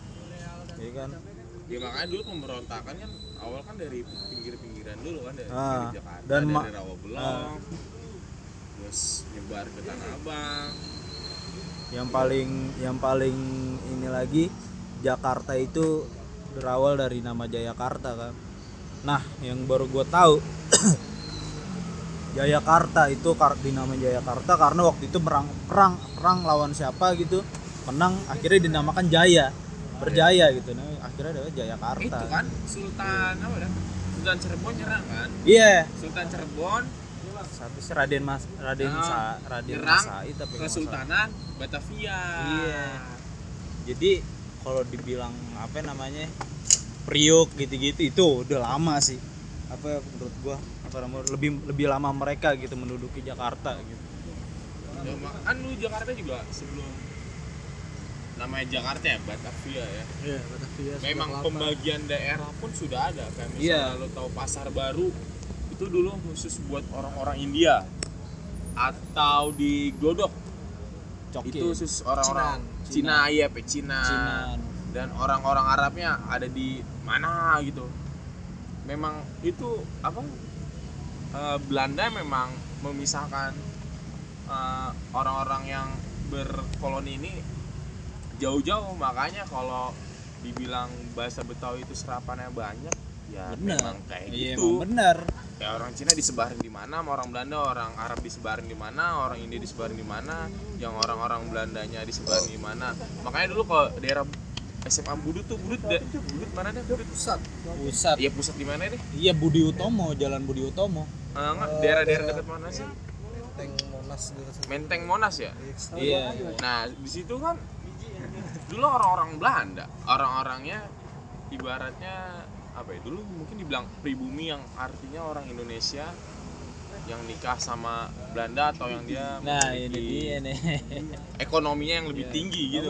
Iya kan? Ya makanya dulu pemberontakan kan awal kan dari pinggir-pinggiran dulu kan dari, Ah, dari Jakarta, dan dari ma- Rawabelong, ah. terus nyebar ke Tanah Abang. Yang paling yang paling ini lagi Jakarta itu berawal dari nama Jayakarta kan. Nah, yang baru gua tahu Jayakarta itu kar- dinamain Jayakarta karena waktu itu perang perang perang lawan siapa gitu, menang akhirnya dinamakan Jaya, berjaya gitu. Nah, akhirnya adalah Jayakarta. Itu kan Sultan apa dah? Sultan Cirebon nyerang kan? Iya. Sultan Cirebon Satu sih Raden Mas Raden Nah, Sa Raden nyerang Masai tapi kalau nggak salah. Kesultanan Batavia. Iya. Jadi kalau dibilang apa namanya Priok gitu-gitu itu udah lama sih. Apa menurut gua apa namanya lebih lebih lama mereka gitu menduduki Jakarta gitu. Ya, mak- kan lu Jakarta juga sebelum namanya Jakarta ya, Batavia ya. Iya, Batavia. Memang Sunda Kelapa. pembagian daerah pun sudah ada. Kayak misalnya Iya. lo tahu Pasar Baru itu dulu khusus buat orang-orang India. Atau di Glodok Cokin. itu khusus orang-orang Cinan. Cina, iya, pe Cina. Cinan. Dan orang-orang Arabnya ada di mana gitu. Memang itu apa? eh, Belanda memang memisahkan eh, orang-orang yang berkoloni ini jauh-jauh, makanya kalau dibilang bahasa Betawi itu serapannya banyak, ya Bener. memang kayak Iya, gitu. emang bener. Ya orang Cina disebarin di mana, sama orang Belanda, orang Arab disebarin di mana, orang India disebarin di mana, yang orang-orang Belandanya disebarin di mana. Makanya dulu kalau daerah S M A Budut tuh, Budut deh, Budut mana deh? Budut Pusat. Pusat. Iya, pusat di mana deh? Iya, Budi Utomo, Jalan Budi Utomo. Eh, enggak, daerah-daerah dekat mana sih? Teng Monas gitu. Menteng Monas ya. Iya. Nah, di situ kan dulu orang-orang Belanda, orang-orangnya ibaratnya apa ya? Dulu mungkin dibilang pribumi, yang artinya orang Indonesia yang nikah sama Belanda atau yang dia Nah, ini memiliki dia nih. ekonominya yang lebih tinggi gitu.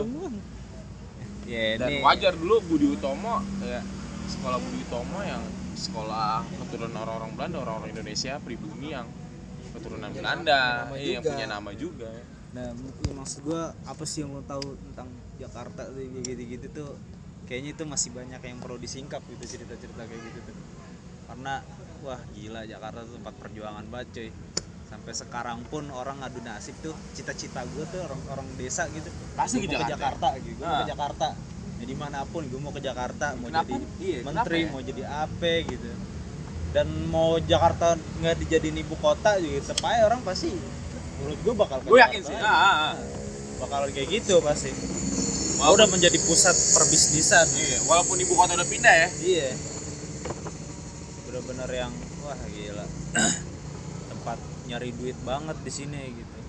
Ya, Dan ini wajar dulu Budi Utomo kayak sekolah Budi Utomo yang sekolah keturunan orang-orang Belanda, orang-orang Indonesia pribumi yang keturunan Belanda, nama eh, yang juga. punya nama juga. Nah, ya maksud gua apa sih yang lo tahu tentang Jakarta tuh kayak gitu-gitu tuh? kayaknya itu masih banyak yang perlu disingkap gitu, cerita-cerita kayak gitu tuh. Karena wah gila, Jakarta tuh tempat perjuangan banget cuy. Sampai sekarang pun orang ngadu nasib tuh, cita-cita gue tuh orang-orang desa gitu. Pasti Gua ke mau ke Jakarta. Jakarta gitu. Gue mau Nah. ke Jakarta. Jadi manapun gue mau ke Jakarta, mau Kenapa? jadi Iya, menteri, kenapa ya? mau jadi apa gitu. Dan mau Jakarta nggak dijadiin ibu kota juga, tetep aja orang pasti menurut gue bakal ke Gue yakin Jakarta sih. aja. Ah, ah, ah. Bakalan kayak gitu pasti. Mau udah menjadi pusat perbisnisan. Iya, walaupun ibu kota udah pindah ya. Iya. Bener-bener yang wah gila. Tempat nyari duit banget di sini gitu.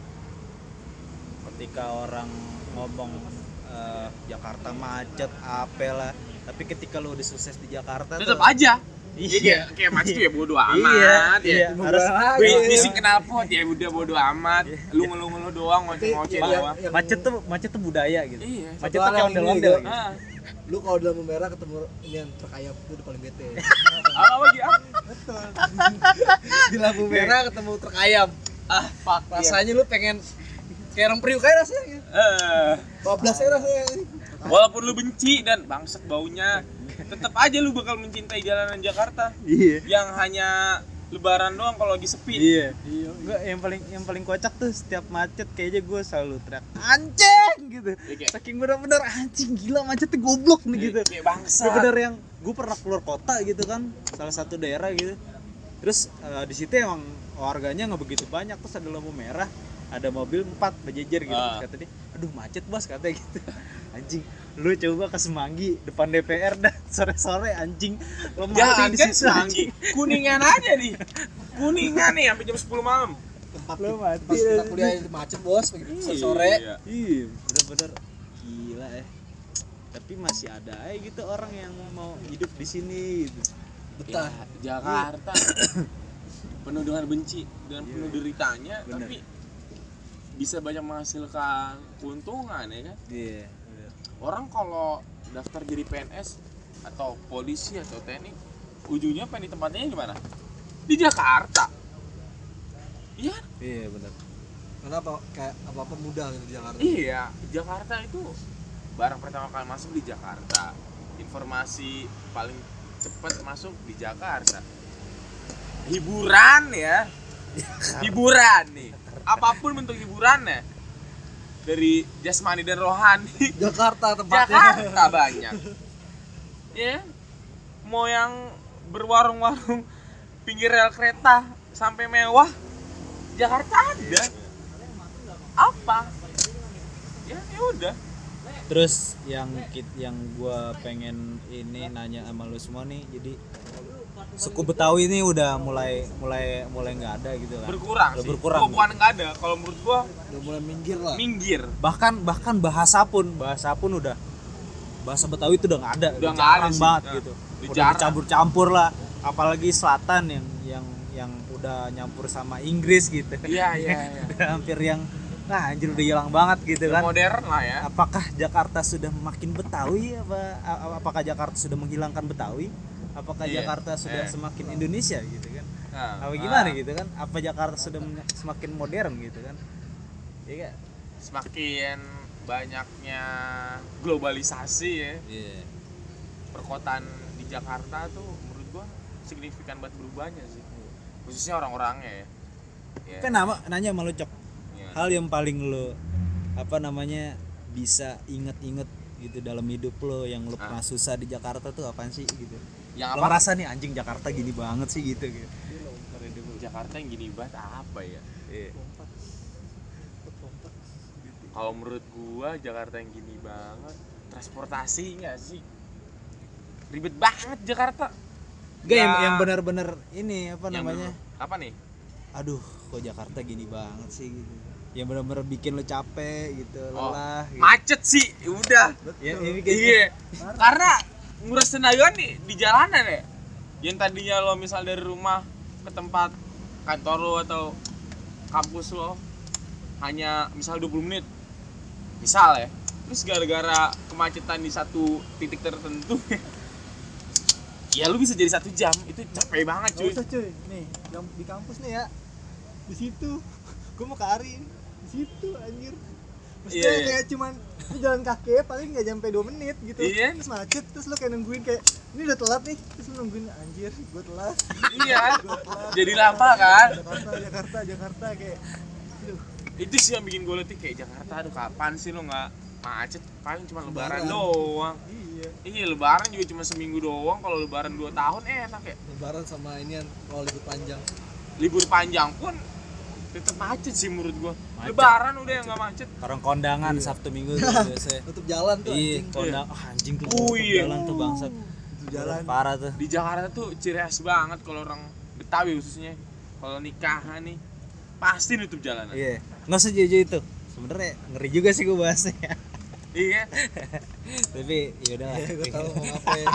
Ketika orang ngomong eh, Jakarta macet apalah, tapi ketika lu udah sukses di Jakarta Tetap tuh, aja. Iya. Iya, kayak, kayak macet tuh ya bodo amat Iya, ya. iya, harus Bi- bising knalpot ya udah bodo amat. Lu ngeluh-ngeluh doang, ngoceh-ngoceh Tapi- doang. yang- macet tuh macet tuh budaya gitu. Iya. Macet Satu tuh hal kayak yang ini ondel-ondel juga. gitu. Ah. Lu kalau di lampu merah ketemu ini yang terkayap itu udah paling bete. Apa lagi? Ah, Di lampu merah ketemu terkayap. ah fuck. Rasanya lu pengen kayak orang Priuk aja rasanya. Eh, bablas aja rasanya. walaupun lu benci dan bangsat baunya, tetap aja lu bakal mencintai jalanan Jakarta Iya. yang hanya lebaran doang kalau lagi sepi. Iya. Enggak, yang paling yang paling kocak tuh setiap macet kayaknya gue selalu teriak anjing gitu. Iya, kayak- Saking bener-bener anjing gila macetnya goblok nih gitu. Kayak bangsat. Bener-bener yang gue pernah keluar kota gitu kan, salah satu daerah gitu. Terus eh, di situ emang warganya nggak begitu banyak, terus ada lampu merah, ada mobil empat berjejer gitu. Ah. Kata dia, aduh macet bos katanya gitu. Anjing, lu coba ke Semanggi depan D P R dah sore-sore anjing. Lo Jangan mati di kan situ Semanggi, Kuningan aja nih. Kuningan nih sampai jam sepuluh malam. Tempat Lu mati. pas kita kuliah macet bos begitu sore. Iya. Iya, bener-bener gila ya. Tapi masih ada aja gitu orang yang mau hidup di sini gitu. Betah. Ya, Jakarta penuh dengan benci dan penuh deritanya, Bener. tapi bisa banyak menghasilkan keuntungan ya kan. Iya. Orang kalau daftar jadi P N S atau polisi atau T N I, ujungnya pengen ditempatnya di mana? Di Jakarta. Iya. Iya benar. Kenapa kayak apa-apa mudah gitu di Jakarta. Iya, Jakarta itu barang pertama kali masuk di Jakarta. Informasi paling cepat masuk di Jakarta. Hiburan ya. Hiburan nih. Apapun bentuk hiburannya. Dari jasmani dan rohani. Jakarta tempatnya. Jakarta banyak. Ya. Mau yang berwarung-warung pinggir rel kereta sampai mewah, Jakarta ada. Apa? Ya, ya udah. Terus yang kit yang gua pengen ini nanya sama lu semua nih, jadi suku Betawi ini udah mulai mulai mulai nggak ada gitu kan. Berkurang Udah sih. berkurang. Gua bukan nggak ada. Kalau menurut gua Udah mulai minggir lah. minggir. Bahkan bahkan bahasa pun bahasa pun udah bahasa Betawi itu udah nggak ada, Udah nggak ada jarang sih. banget Nah, gitu. udah Udah jarang. dicampur-campur lah, apalagi selatan yang yang yang udah nyampur sama Inggris gitu. Iya, iya, iya. Udah hampir yang nah anjir udah hilang banget gitu Udah kan. modern lah ya. Apakah Jakarta sudah makin Betawi apa a- apakah Jakarta sudah menghilangkan Betawi? Apakah Iya. Jakarta sudah Eh. semakin Indonesia gitu kan? Nah, Apa gimana ah, gitu kan? Apa Jakarta sudah men- semakin modern gitu kan? Iya kan? semakin banyaknya globalisasi ya, Iya. perkotaan di Jakarta tuh menurut gua signifikan banget berubahnya sih, khususnya orang-orangnya ya. Ya, Kan nama nanya sama lu Cok. ya. Hal yang paling lo apa namanya bisa inget-inget gitu dalam hidup lo yang lo Ah. pernah susah di Jakarta tuh apaan sih gitu? Yang Lo apa? ngerasa nih anjing Jakarta gini banget sih gitu gitu. Jakarta yang gini banget apa ya? Iya. Kalau menurut gua Jakarta yang gini banget, transportasi nggak sih? Ribet banget Jakarta. Gak yang, Ya. yang benar-benar ini apa Yang namanya? bener- apa nih? Aduh, kok Jakarta gini banget sih gitu. Yang benar-benar bikin lo capek gitu, Oh, lelah gitu. macet sih, udah. Ya, ini kayak- Iya. Karena nguras tenaga nih di jalanan ya. Yang tadinya lo misal dari rumah ke tempat kantor lo atau kampus lo hanya misal dua puluh menit. Misal ya. Terus gara-gara kemacetan di satu titik tertentu ya lu bisa jadi satu jam. Itu capek banget Gak cuy. usah cuy, nih yang di kampus nih ya, di situ, gue mau ke Ari, di situ anjir. Maksudnya Iya, iya. kayak cuman lu jalan kaki ya, paling nggak sampai dua menit gitu. Iya. Terus macet, terus lu kayak nungguin kayak ini udah telat nih, terus lu nungguin anjir, gue telat. Iya kan? Jadi lama kan? Jakarta, Jakarta, Jakarta kayak, aduh. Itu sih yang bikin gue letih kayak Jakarta. Aduh kapan sih lo nggak macet? Paling cuma lebaran Lebaran. doang. Iya. Iya lebaran juga cuma seminggu doang. Kalau lebaran dua tahun enak ya. Lebaran sama ini yang kalau libur panjang. Libur panjang pun tetap macet sih menurut gua. Macet. Lebaran udah yang nggak macet. Orang kondangan Sabtu Minggu tuh biasanya. Tutup jalan tuh Iya, anjing. kondang ah, anjing tuh Oh, tutup iya. jalan tuh bangsat. Tutup jalan. Parah tuh. Di Jakarta tuh ciri khas banget kalau orang Betawi khususnya. Kalau nikahan nih pasti nutup jalanan. Iya. Nggak usah jauh-jauh itu. Sebenarnya ngeri juga sih gue bahasnya. Iya. Tapi yaudah lah. Iya, gue tahu mau apa ya.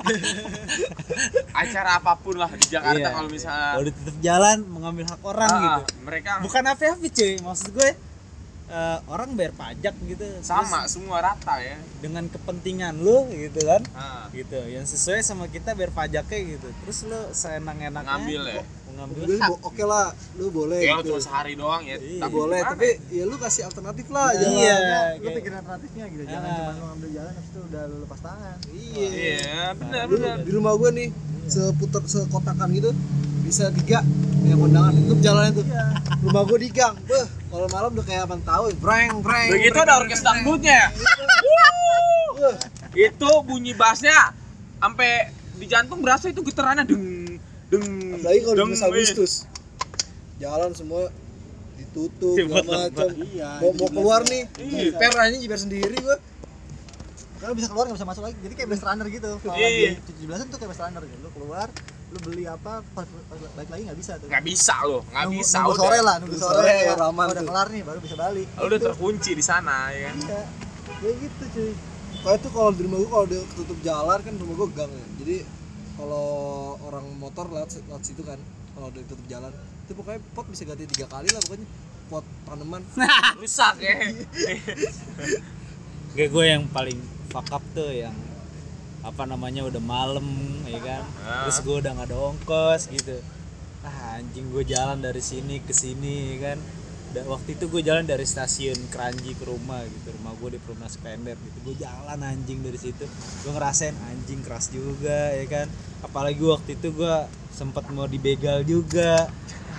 Acara apapun lah di Jakarta Iya. kalau misalnya Kalau ditutup jalan mengambil hak orang ah, gitu. mereka Bukan apa-apa cuy, maksud gue eh, orang bayar pajak gitu. sama Terus semua rata ya. dengan kepentingan lu gitu kan. Ah, Gitu, yang sesuai sama kita bayar pajaknya gitu. Terus lu seenak-enaknya ngambil ya. mengambil Gue hak. bo- oke lah, lu boleh Ya gitu. cuma sehari doang ya. Iya. Tapi Boleh, gimana tapi ya? ya lu kasih alternatif lah Iya, jalannya. Lu kayak- pikirin alternatifnya gitu. Jangan Ah. cuma lu ngambil jalan habis itu udah lu lepas tangan. Iya. Iya, benar Dulu benar. di rumah gue nih seputar sekotakan gitu bisa tiga yang kondangan tutup jalannya tuh. Rumah gue di gang. Beh, kalau malam udah kayak apaan tahu, breng breng. Begitu breng, ada breng, orkes breng. dangdutnya ya. Beh, Itu bunyi bassnya sampai di jantung berasa itu getarannya deng deng. apalagi kalau di deng, bulan Agustus. Jalan semua ditutup Sibuk segala macam. Iya, Mau, mau keluar nih, Iya. per anjing jibar sendiri gue. Kalau bisa keluar nggak bisa masuk lagi, jadi kayak best runner gitu. Kalau Iya. lagi tujuh belasan tuh kayak best runner gitu. Lu keluar, lu beli apa, pas pas balik lagi nggak bisa tuh. Nggak bisa loh, nggak Nunggu- bisa nunggu udah. sore lah, nunggu Nunggu sore, sore, ya. aman Kalau udah tuh. kelar nih baru bisa balik. Lu udah Gitu. terkunci di sana ya kan. Iya, kayak gitu cuy. Kalau itu kalau di rumah gua kalau udah tutup jalan kan rumah gua gang ya. Jadi kalau orang motor lewat lewat situ kan, kalau udah tutup jalan, itu pokoknya pot bisa ganti tiga kali lah pokoknya. Pot tanaman. Rusak ya. Kayak gue yang paling fuck up tuh yang apa namanya udah malam ya kan. Ah. Terus gue udah gak ada ongkos gitu. Ah anjing gue jalan dari sini ke sini ya kan. Da- waktu itu gue jalan dari stasiun Kranji ke rumah gitu. Rumah gue di Perumnas Klender gitu. Gue jalan anjing dari situ. Gue ngerasain anjing keras juga ya kan. Apalagi waktu itu gue sempat mau dibegal juga.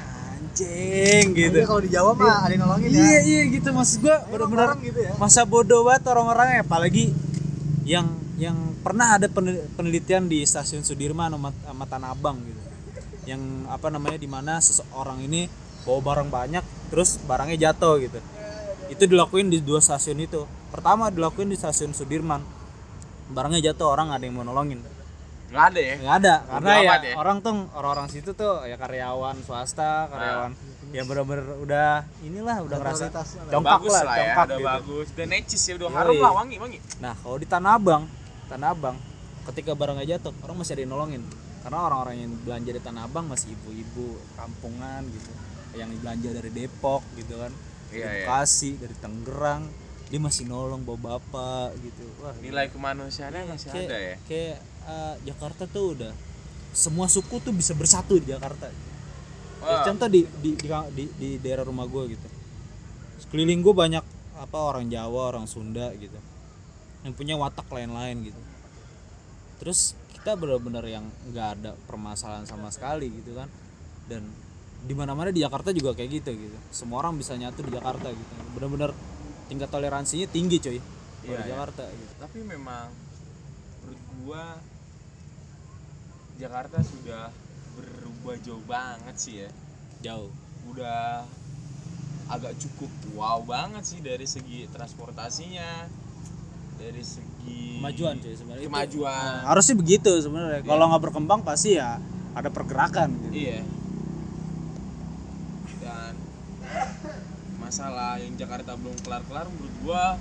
Anjing gitu. Jadi kalau di Jawa mah ada yang nolongin ya. Iya iya gitu maksud gua Emang benar-benar orang gitu ya. masa bodoh banget orang-orangnya apalagi yang yang pernah ada penel- penelitian di stasiun Sudirman sama, sama Tanah Abang gitu. Yang apa namanya di mana seseorang ini bawa barang banyak terus barangnya jatuh gitu. Itu dilakuin di dua stasiun itu. Pertama dilakuin di stasiun Sudirman. Barangnya jatuh orang nggak ada yang mau nolongin. Nggak ada ya. Nggak ada karena Bodo ya, amat ya. orang tuh orang-orang situ tuh ya karyawan swasta, karyawan yang bener-bener udah inilah udah ngerasa Prioritasnya lah. congkak Bagus lah, lah ya, congkak udah gitu. bagus. Udah necis ya, udah Yoi. harum lah, wangi-wangi. Nah kalau di Tanah Abang, Tanah Abang, ketika barangnya jatuh, orang masih ada yang nolongin. Karena orang-orang yang belanja di Tanah Abang masih ibu-ibu kampungan gitu, yang belanja dari Depok gitu kan. dari Iya, iya. Bekasi, dari Tangerang, dia masih nolong bawa bapak gitu. Wah, Nilai kemanusiaannya masih kayak, ada ya. kayak uh, Jakarta tuh udah semua suku tuh bisa bersatu di Jakarta. Wah. Contoh di di, di di di daerah rumah gue gitu. Sekeliling gue banyak apa orang Jawa, orang Sunda gitu. Yang punya watak lain-lain gitu. Terus kita benar-benar yang nggak ada permasalahan sama sekali gitu kan. Dan di mana-mana di Jakarta juga kayak gitu gitu. Semua orang bisa nyatu di Jakarta gitu. Benar-benar tingkat toleransinya tinggi coy. Iya, Di iya. Jakarta gitu. Tapi memang menurut gua Jakarta sudah berubah jauh banget sih ya. Jauh. Udah agak cukup wow banget sih dari segi transportasinya, dari segi Kemajuan coy sebenarnya. Itu, Kemajuan. nah, harusnya begitu sebenarnya. Iya. Kalau nggak berkembang pasti ya ada pergerakan gitu. Iya. Dan masalah yang Jakarta belum kelar-kelar menurut gua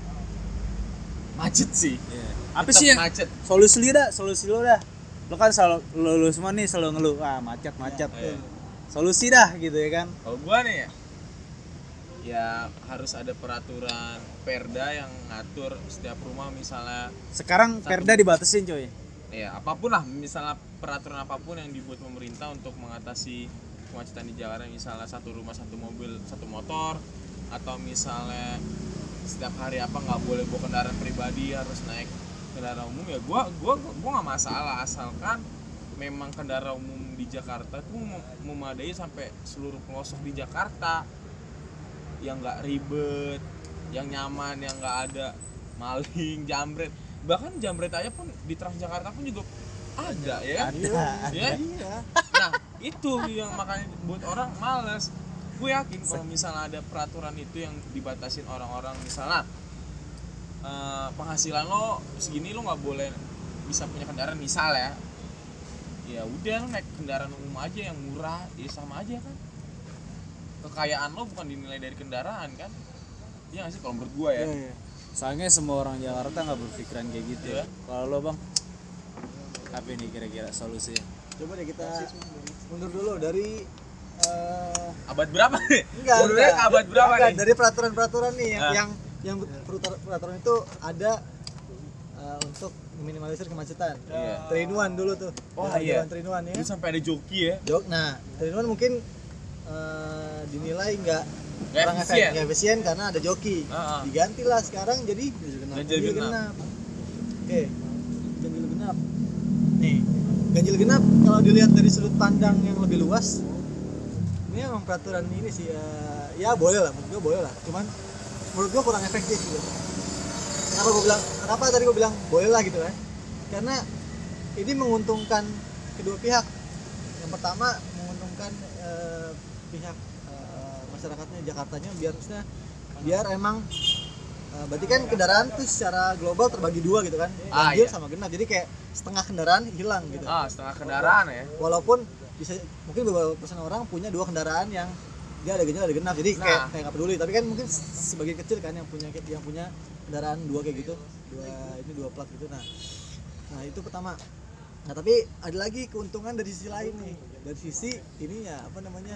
macet sih. Iya. Apa Tetap sih yang macet? solusi lu dah, solusi lu dah. Lu kan selalu lu, lu semua nih selalu ngeluh, ah macet macet. Iya. Solusi dah gitu ya kan. Kalau gua nih ya, ya harus ada peraturan perda yang ngatur setiap rumah misalnya, Sekarang Satu. perda dibatasin coy. ya apapun lah, misalnya peraturan apapun yang dibuat pemerintah untuk mengatasi kemacetan di Jakarta, misalnya satu rumah satu mobil satu motor, atau misalnya setiap hari apa nggak boleh bawa kendaraan pribadi, harus naik kendaraan umum, ya gua gua gua nggak masalah asalkan memang kendaraan umum di Jakarta tuh mem- memadai sampai seluruh pelosok di Jakarta, yang nggak ribet, yang nyaman, yang nggak ada maling, jambret. Bahkan jambret aja pun di Transjakarta pun juga ada ya. Ada. Ya. Iya. Nah, itu yang makanya buat orang males. Gue yakin kalau misalnya ada peraturan itu yang dibatasin orang-orang, misalnya eh, penghasilan lo segini, lo nggak boleh bisa punya kendaraan misal ya. Ya udah, lo naik kendaraan umum aja yang murah, ya sama aja kan. Kekayaan lo bukan dinilai dari kendaraan kan? Iya nggak sih kalau menurut gue ya. Iya, iya. Soalnya semua orang Jakarta nggak berpikiran kayak gitu. Iya. Kalau lo bang, apa ini kira-kira solusinya? Coba deh kita mundur dulu dari eh, Abad berapa nih? enggak, Mundurnya enggak. abad berapa Enggak, nih? dari peraturan-peraturan nih yang Ah. yang yang peraturan, peraturan itu ada eh, untuk meminimalisir kemacetan. Iya. tiga in satu dulu tuh. Oh, Jalan- iya. jalan tiga in satu ya. Itu sampai ada joki ya. Jok. Nah, tiga in satu mungkin eh, dinilai enggak Nggak kurang efisien. efek- nggak efisien karena ada joki. Ah, ah. Digantilah sekarang jadi ganjil genap. Ganjil genap. Oke. Ganjil genap. Nih, ganjil genap kalau dilihat dari sudut pandang yang lebih luas, ini emang peraturan ini sih ya, ya boleh lah, menurut gue boleh lah. Cuman menurut gue kurang efektif gitu. Kenapa gue bilang, kenapa tadi gue bilang boleh lah gitu kan? Karena ini menguntungkan kedua pihak. Yang pertama menguntungkan eh, pihak eh, masyarakatnya, Jakartanya, biar maksudnya biar emang eh, berarti kan kendaraan tuh secara global terbagi dua gitu kan, Ah, ganjil iya. sama genap. Jadi kayak setengah kendaraan hilang gitu. Ah, setengah kendaraan ya. Walaupun bisa mungkin beberapa persen orang punya dua kendaraan yang dia ada ganjil ada genap, jadi kayak Nah. kayak nggak peduli. Tapi kan mungkin sebagian kecil kan yang punya yang punya kendaraan dua kayak gitu, dua ini dua plat gitu. Nah, nah itu pertama. Nah tapi ada lagi keuntungan dari sisi lain nih, dari sisi ininya apa namanya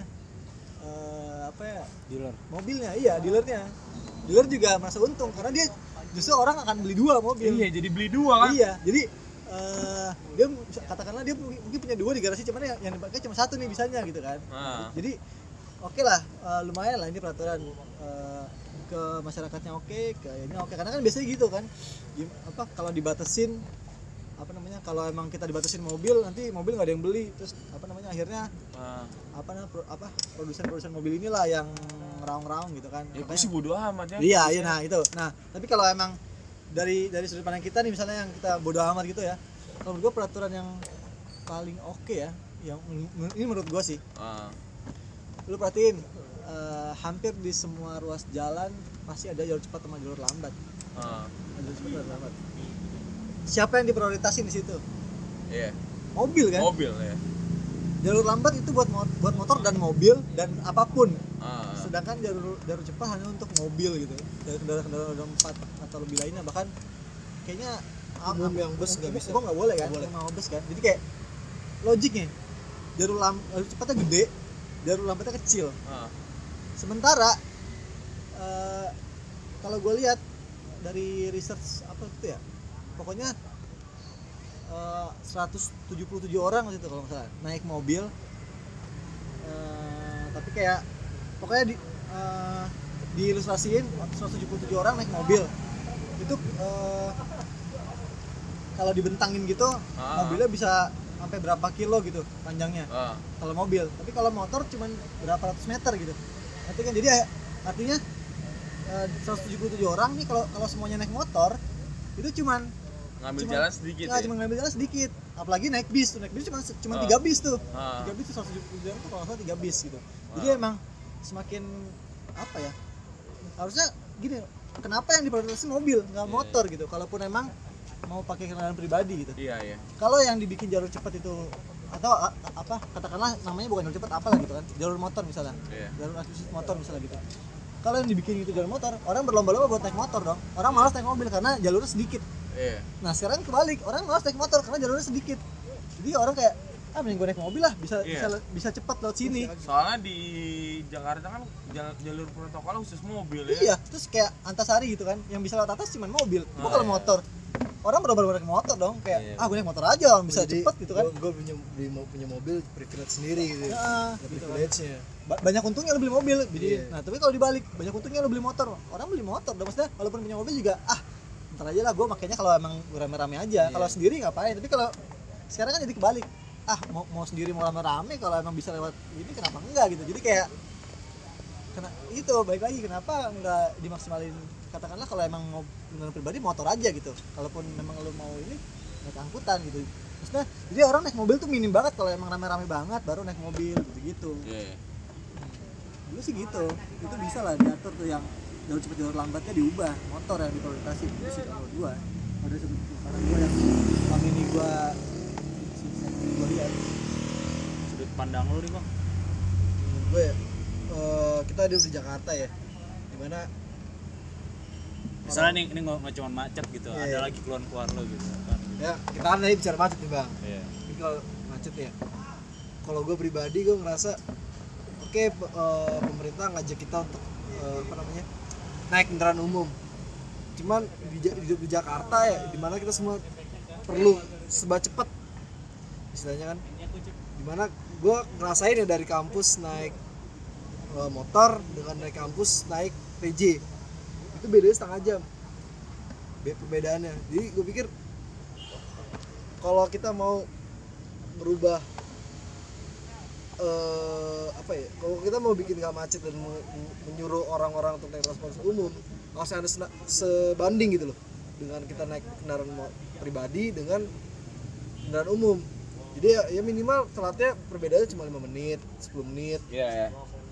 eh, apa ya, Dealer. mobilnya, iya dealernya, dealer juga merasa untung karena dia justru orang akan beli dua mobil. Iya, jadi beli dua kan. Iya, jadi eh, dia katakanlah dia mungkin mungkin punya dua di garasi, cuman yang, yang dipakai cuma satu nih bisanya gitu kan. Ah. Jadi oke lah, eh, lumayan lah ini peraturan eh, ke masyarakatnya oke, ke ini oke, karena kan biasanya gitu kan. Gim- apa kalau dibatasin apa namanya, kalau emang kita dibatasin mobil, nanti mobil nggak ada yang beli, terus apa namanya akhirnya Ah. apa namanya pro- apa produsen-produsen mobil inilah yang raung-raung gitu kan. Ya gue Makanya- sih bodo amat ya. Iya, iya, nah itu. Nah, tapi kalau emang dari dari sudut pandang kita nih, misalnya yang kita bodo amat gitu ya, kalau menurut gue peraturan yang paling oke ya, yang ini menurut gue sih, Ah. lu perhatiin eh, hampir di semua ruas jalan pasti ada jalur cepat sama jalur lambat. Ah. Jalur cepat dan lambat. Siapa yang diprioritasin di situ? Iya. Mobil kan? Mobil ya. Jalur lambat itu buat mo- buat motor dan mobil dan apapun. Ah. Sedangkan jalur jalur cepat hanya untuk mobil gitu, dari kendaraan-kendaraan roda empat atau lebih lainnya, bahkan kayaknya umum yang bus nggak bisa, nggak boleh kan, boleh mau bus kan. Jadi kayak logiknya jalur lam jalur cepatnya gede, jalur lambatnya kecil. Ah. Sementara uh, kalau gue lihat dari research apa itu ya, pokoknya uh, seratus tujuh puluh tujuh orang gitu kalau nggak salah naik mobil, uh, tapi kayak pokoknya di uh, diilustrasiin seratus tujuh puluh tujuh orang naik mobil itu uh, kalau dibentangin gitu Ah. mobilnya bisa sampai berapa kilo gitu panjangnya Ah. kalau mobil, tapi kalau motor cuman berapa ratus meter gitu. Nanti kan jadi artinya uh, seratus tujuh puluh tujuh orang nih kalau kalau semuanya naik motor itu cuman Ngambil cuman, jalan sedikit nah, ya. cuma ngambil jalan sedikit, apalagi naik bis tuh, naik bis cuma cuma Ah. tiga bis tuh, Ah. tiga bis tuh seratus tujuh puluh tujuh orang tuh kalau nggak salah tiga bis gitu. Jadi Ah. emang semakin apa ya, harusnya gini, kenapa yang diprioritaskan mobil nggak Iya, motor gitu, kalaupun emang mau pakai kendaraan pribadi gitu. Iya, iya. Kalau yang dibikin jalur cepat itu atau a- apa katakanlah namanya bukan jalur cepat apalah gitu kan, jalur motor misalnya, Iya. jalur akuisisi motor misalnya gitu. Kalau yang dibikin itu jalur motor, orang berlomba-lomba buat naik motor dong, orang malas naik mobil karena jalurnya sedikit. Iya. Nah sekarang kebalik, orang malas naik motor karena jalurnya sedikit. Jadi orang kayak ah mending gue naik mobil lah, bisa Iya. bisa bisa cepat lewat sini. Soalnya di Jakarta kan jal- jalur protokol khusus mobil ya. Iya, terus kayak Antasari gitu kan, yang bisa lewat atas cuma mobil. Cuma Ah, kalau iya. motor, orang berlomba-lomba naik motor dong, kayak Iya. ah gue naik motor aja, orang bisa Jadi, cepet gitu kan. gue punya beli mo- punya mobil privilege sendiri gitu. Ya, Ada gitu kan. privilege-nya. Ba- banyak untungnya lo beli mobil, jadi Iya. nah tapi kalau dibalik banyak untungnya lo beli motor, orang beli motor, dong maksudnya walaupun punya mobil juga ah ntar aja lah gue makanya kalau emang gue rame-rame aja, Iya. kalau sendiri ngapain, tapi kalau sekarang kan jadi kebalik, ah mau mau sendiri mau rame-rame kalau emang bisa lewat ini kenapa enggak gitu, jadi kayak kena itu baik lagi kenapa enggak dimaksimalin, katakanlah kalau emang mau kendaraan pribadi motor aja gitu, kalaupun memang lo mau ini naik angkutan gitu, maksudnya jadi orang naik mobil tuh minim banget, kalau emang rame-rame banget baru naik mobil gitu-gitu. Iya, iya. Dulu sih gitu, itu bisa lah diatur tuh yang jalur cepat jalur lambatnya diubah, motor yang diprioritaskan itu sih kalau gua. Ada sudut pandang gua yang selama ini gua gua lihat. Sudut pandang lu nih bang. Menurut gue ya, eh, kita hidup di Jakarta ya, dimana Misalnya nih ini nggak nggak cuma macet gitu, Iya, ada iya. lagi keluhan keluhan lu gitu kan. ya kita kan tadi bicara macet nih bang. Iya. Tapi kalau macet ya, kalau gue pribadi gue ngerasa oke pe- eh, pemerintah ngajak kita untuk eh, apa namanya naik kendaraan umum. Cuman di, Ja- hidup di Jakarta ya, dimana kita semua perlu serba cepat istilahnya kan. Dimana gue ngerasain ya dari kampus naik eh, motor dengan naik kampus naik P J itu bedanya setengah jam. Be- perbedaannya. Jadi gue pikir kalau kita mau merubah eh apa ya, kalau kita mau bikin gak macet dan me- menyuruh orang-orang untuk naik transportasi umum, harus ada sena- sebanding gitu loh dengan kita naik kendaraan mo- pribadi dengan kendaraan umum. Jadi ya, ya minimal telatnya perbedaannya cuma lima menit, sepuluh menit. Iya, iya.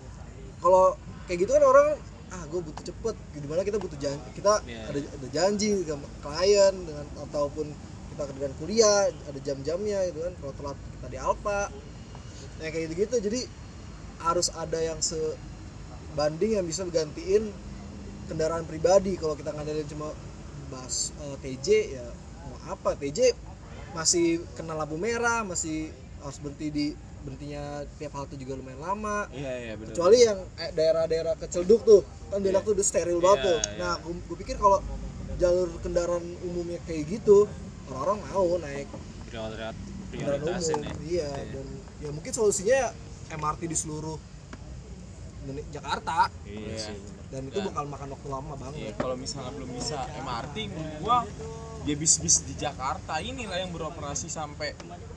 Kalau kayak gitu kan orang ah gue butuh cepet, gimana kita butuh janji, kita Iya. ada ada janji dengan klien dengan ataupun kita dengan kuliah ada jam-jamnya gitu kan, kalau telat kita di Alfa ya kayak gitu-gitu. Jadi harus ada yang sebanding yang bisa gantiin kendaraan pribadi. Kalau kita ngandelin cuma bus eh, T J ya mau apa, T J masih kena lampu merah, masih harus berhenti di berhentinya tiap halte juga lumayan lama. Iya, iya, benar. Kecuali yang eh, daerah-daerah kecelduk tuh kan daerah Iya. tuh udah steril banget Iya, tuh. iya. Nah gue pikir kalau jalur kendaraan umumnya kayak gitu, orang-orang mau naik Prioritas kendaraan prioritasin umum. ya. Iya, dan ya mungkin solusinya M R T di seluruh Indone- Jakarta, Iya Iya. sih. dan itu Dan- bakal makan waktu lama Iya, banget. kalau misalnya belum bisa M R T, menurut gua ya bis-bis di Jakarta inilah yang beroperasi sampai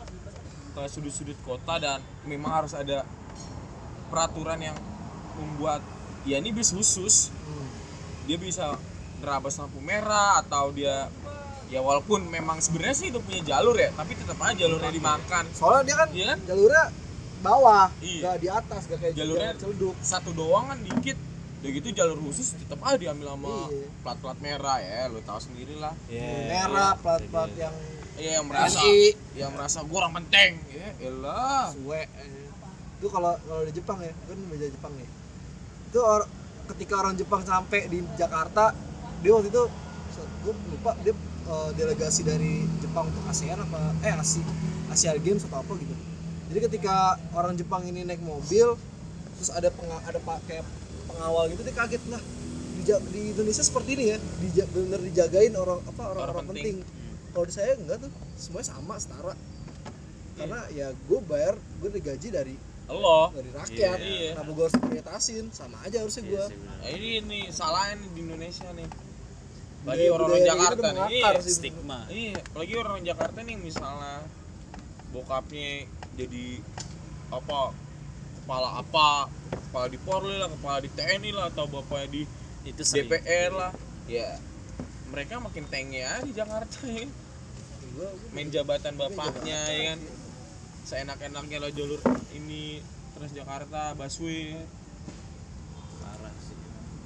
ke sudut-sudut kota, dan memang harus ada peraturan yang membuat ya ini bis khusus, Hmm. dia bisa nerabas lampu merah atau dia ya walaupun memang sebenarnya sih udah punya jalur ya, tapi tetap aja jalurnya dimakan. Soalnya dia kan Iya kan? jalurnya bawah, Iya. gak di atas, gak kayak Jalurnya jalur celduk. satu doang kan dikit. Udah gitu jalur khusus tetap aja diambil sama Iya. plat-plat merah ya, lo tahu sendiri lah. Iya. Merah, plat-plat yang Iya, yang merasa N I. yang merasa gua orang penting. Ya elah. suwe. Itu kalau kalau di Jepang ya, kan meja Jepang nih. Itu or- ketika orang Jepang sampai di Jakarta, dia waktu itu gue lupa dia eh, delegasi dari Jepang untuk ASEAN apa eh Asia Asia Games atau apa gitu. Jadi ketika orang Jepang ini naik mobil, terus ada penga, ada pak kayak pengawal gitu, dia kaget lah. di, Ja- di Indonesia seperti ini ya, dija- bener dijagain orang apa orang-orang Orang penting. penting. Kalau di saya enggak tuh, semuanya sama setara. Karena ya gue bayar, gue digaji dari Lo dari rakyat. Iya. Kenapa gue harus prioritasin? Sama aja harusnya gue. nah, ini nih salahnya nih di Indonesia nih lagi Budaya- orang-orang budaya kayak Jakarta gitu nih mengakar iya, sih. Stigma. iya lagi orang Jakarta nih misalnya bokapnya jadi apa kepala apa kepala di Polri lah kepala di T N I lah atau bapaknya di Itu D sering. P R lah ya mereka makin tenge aja di Jakarta ya Gua, main jabatan bapaknya ya kan seenak-enaknya lo jalur ini terus Jakarta busway Parah sih.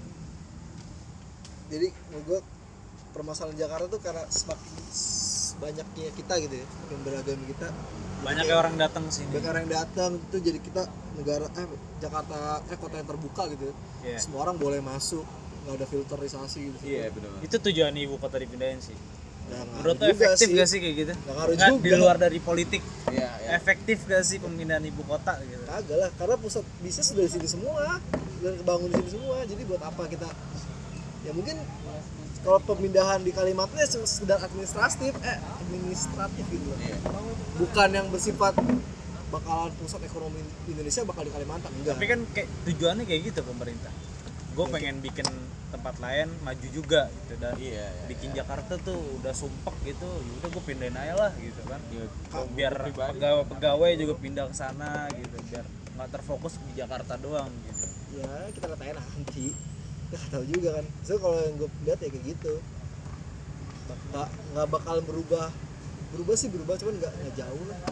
jadi gue permasalahan Jakarta tuh karena semakin s- banyaknya kita gitu ya, semakin beragam kita. Banyak ya orang datang sini. Banyak orang yang datang itu jadi kita negara eh Jakarta eh kota yang terbuka gitu. Iya. Semua orang boleh masuk, nggak ada filterisasi gitu. benar Itu tujuan ibu kota dipindahin sih. Nggak ngaruh Menurut lo juga efektif sih. gak sih kayak gitu? Nggak ngaruh Nggak, juga. di luar dari politik. iya ya. Efektif gak sih pemindahan ibu kota gitu? Kagak lah, karena pusat bisnis sudah di sini semua dan kebangun di sini semua. Jadi buat apa kita? Ya mungkin kalau pemindahan di Kalimantan ya cuma sekedar administratif, eh administratif gitu loh. Iya. Bukan yang bersifat bakalan pusat ekonomi di Indonesia bakal di Kalimantan, enggak. Tapi kan kayak tujuannya kayak gitu pemerintah. Gue pengen bikin tempat lain maju juga gitu dan Iya, iya, bikin Jakarta tuh udah sumpek gitu, udah gue pindahin aja lah gitu kan. Iya, Biar pribadi. pegawai-pegawai juga pindah ke sana gitu, biar nggak terfokus di Jakarta doang gitu. Ya kita katain nanti, kita nggak tahu juga kan. So kalau yang gue lihat ya kayak gitu, nggak nggak bakal berubah, berubah sih berubah cuman nggak nggak jauh lah.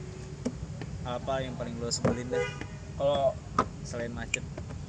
Apa yang paling lo sebelin deh Kalau selain macet?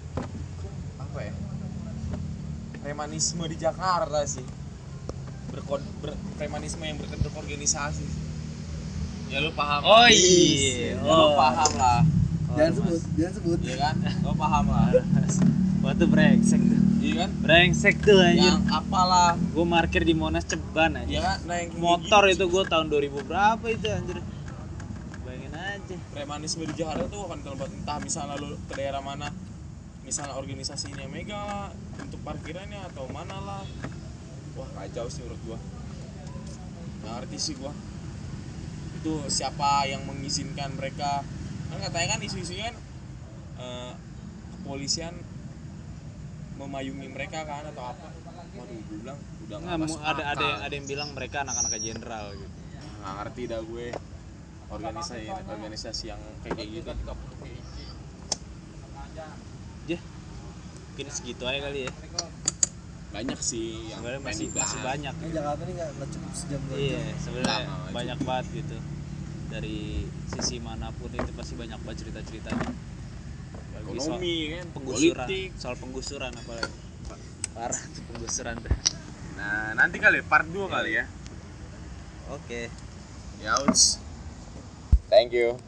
apa ya? Premanisme di Jakarta sih. Berkon ber, premanisme yang ber- berorganisasi. Ya lu paham. Oh lah. iya, Ya, lu paham lah. Jangan sebut, jangan sebut. Iya kan? Lu paham lah. Wah tuh brengsek tuh, Iya kan? brengsek tuh anjir. Yang apalah. Gue parkir di Monas ceban aja. Iya kan? Nah, yang kayak Motor gitu. itu gue tahun dua ribu berapa itu anjir. Bayangin aja. Premanisme di Jakarta tuh akan terlibat entah misalnya lu ke daerah mana misalnya organisasinya Mega lah untuk parkirannya atau mana lah wah kacau sih menurut gua nggak ngerti sih gua itu siapa yang mengizinkan mereka kan katanya kan isu-isunya kan eh, kepolisian memayungi mereka kan atau apa waduh gua bilang udah nggak Nggak, masuk ada ada akal. yang ada yang bilang mereka anak-anak jenderal gitu. nggak ngerti dah gue organisasi organisasi yang kayak kayak gitu Jah, mungkin segitu aja kali ya. banyak sih yang Sebenarnya masih pengen masih dibahas. banyak. Yang Jakarta ini nggak nggak cukup sejam dua Iya, jam. sebenarnya Lama aja. banyak banget gitu. Dari sisi manapun itu pasti banyak banget cerita-ceritanya. Apalagi soal ekonomi kan penggusuran, politik soal penggusuran apalagi. Parah tuh penggusuran tuh. nah nanti kali part dua kali ya Oke. ya uts thank you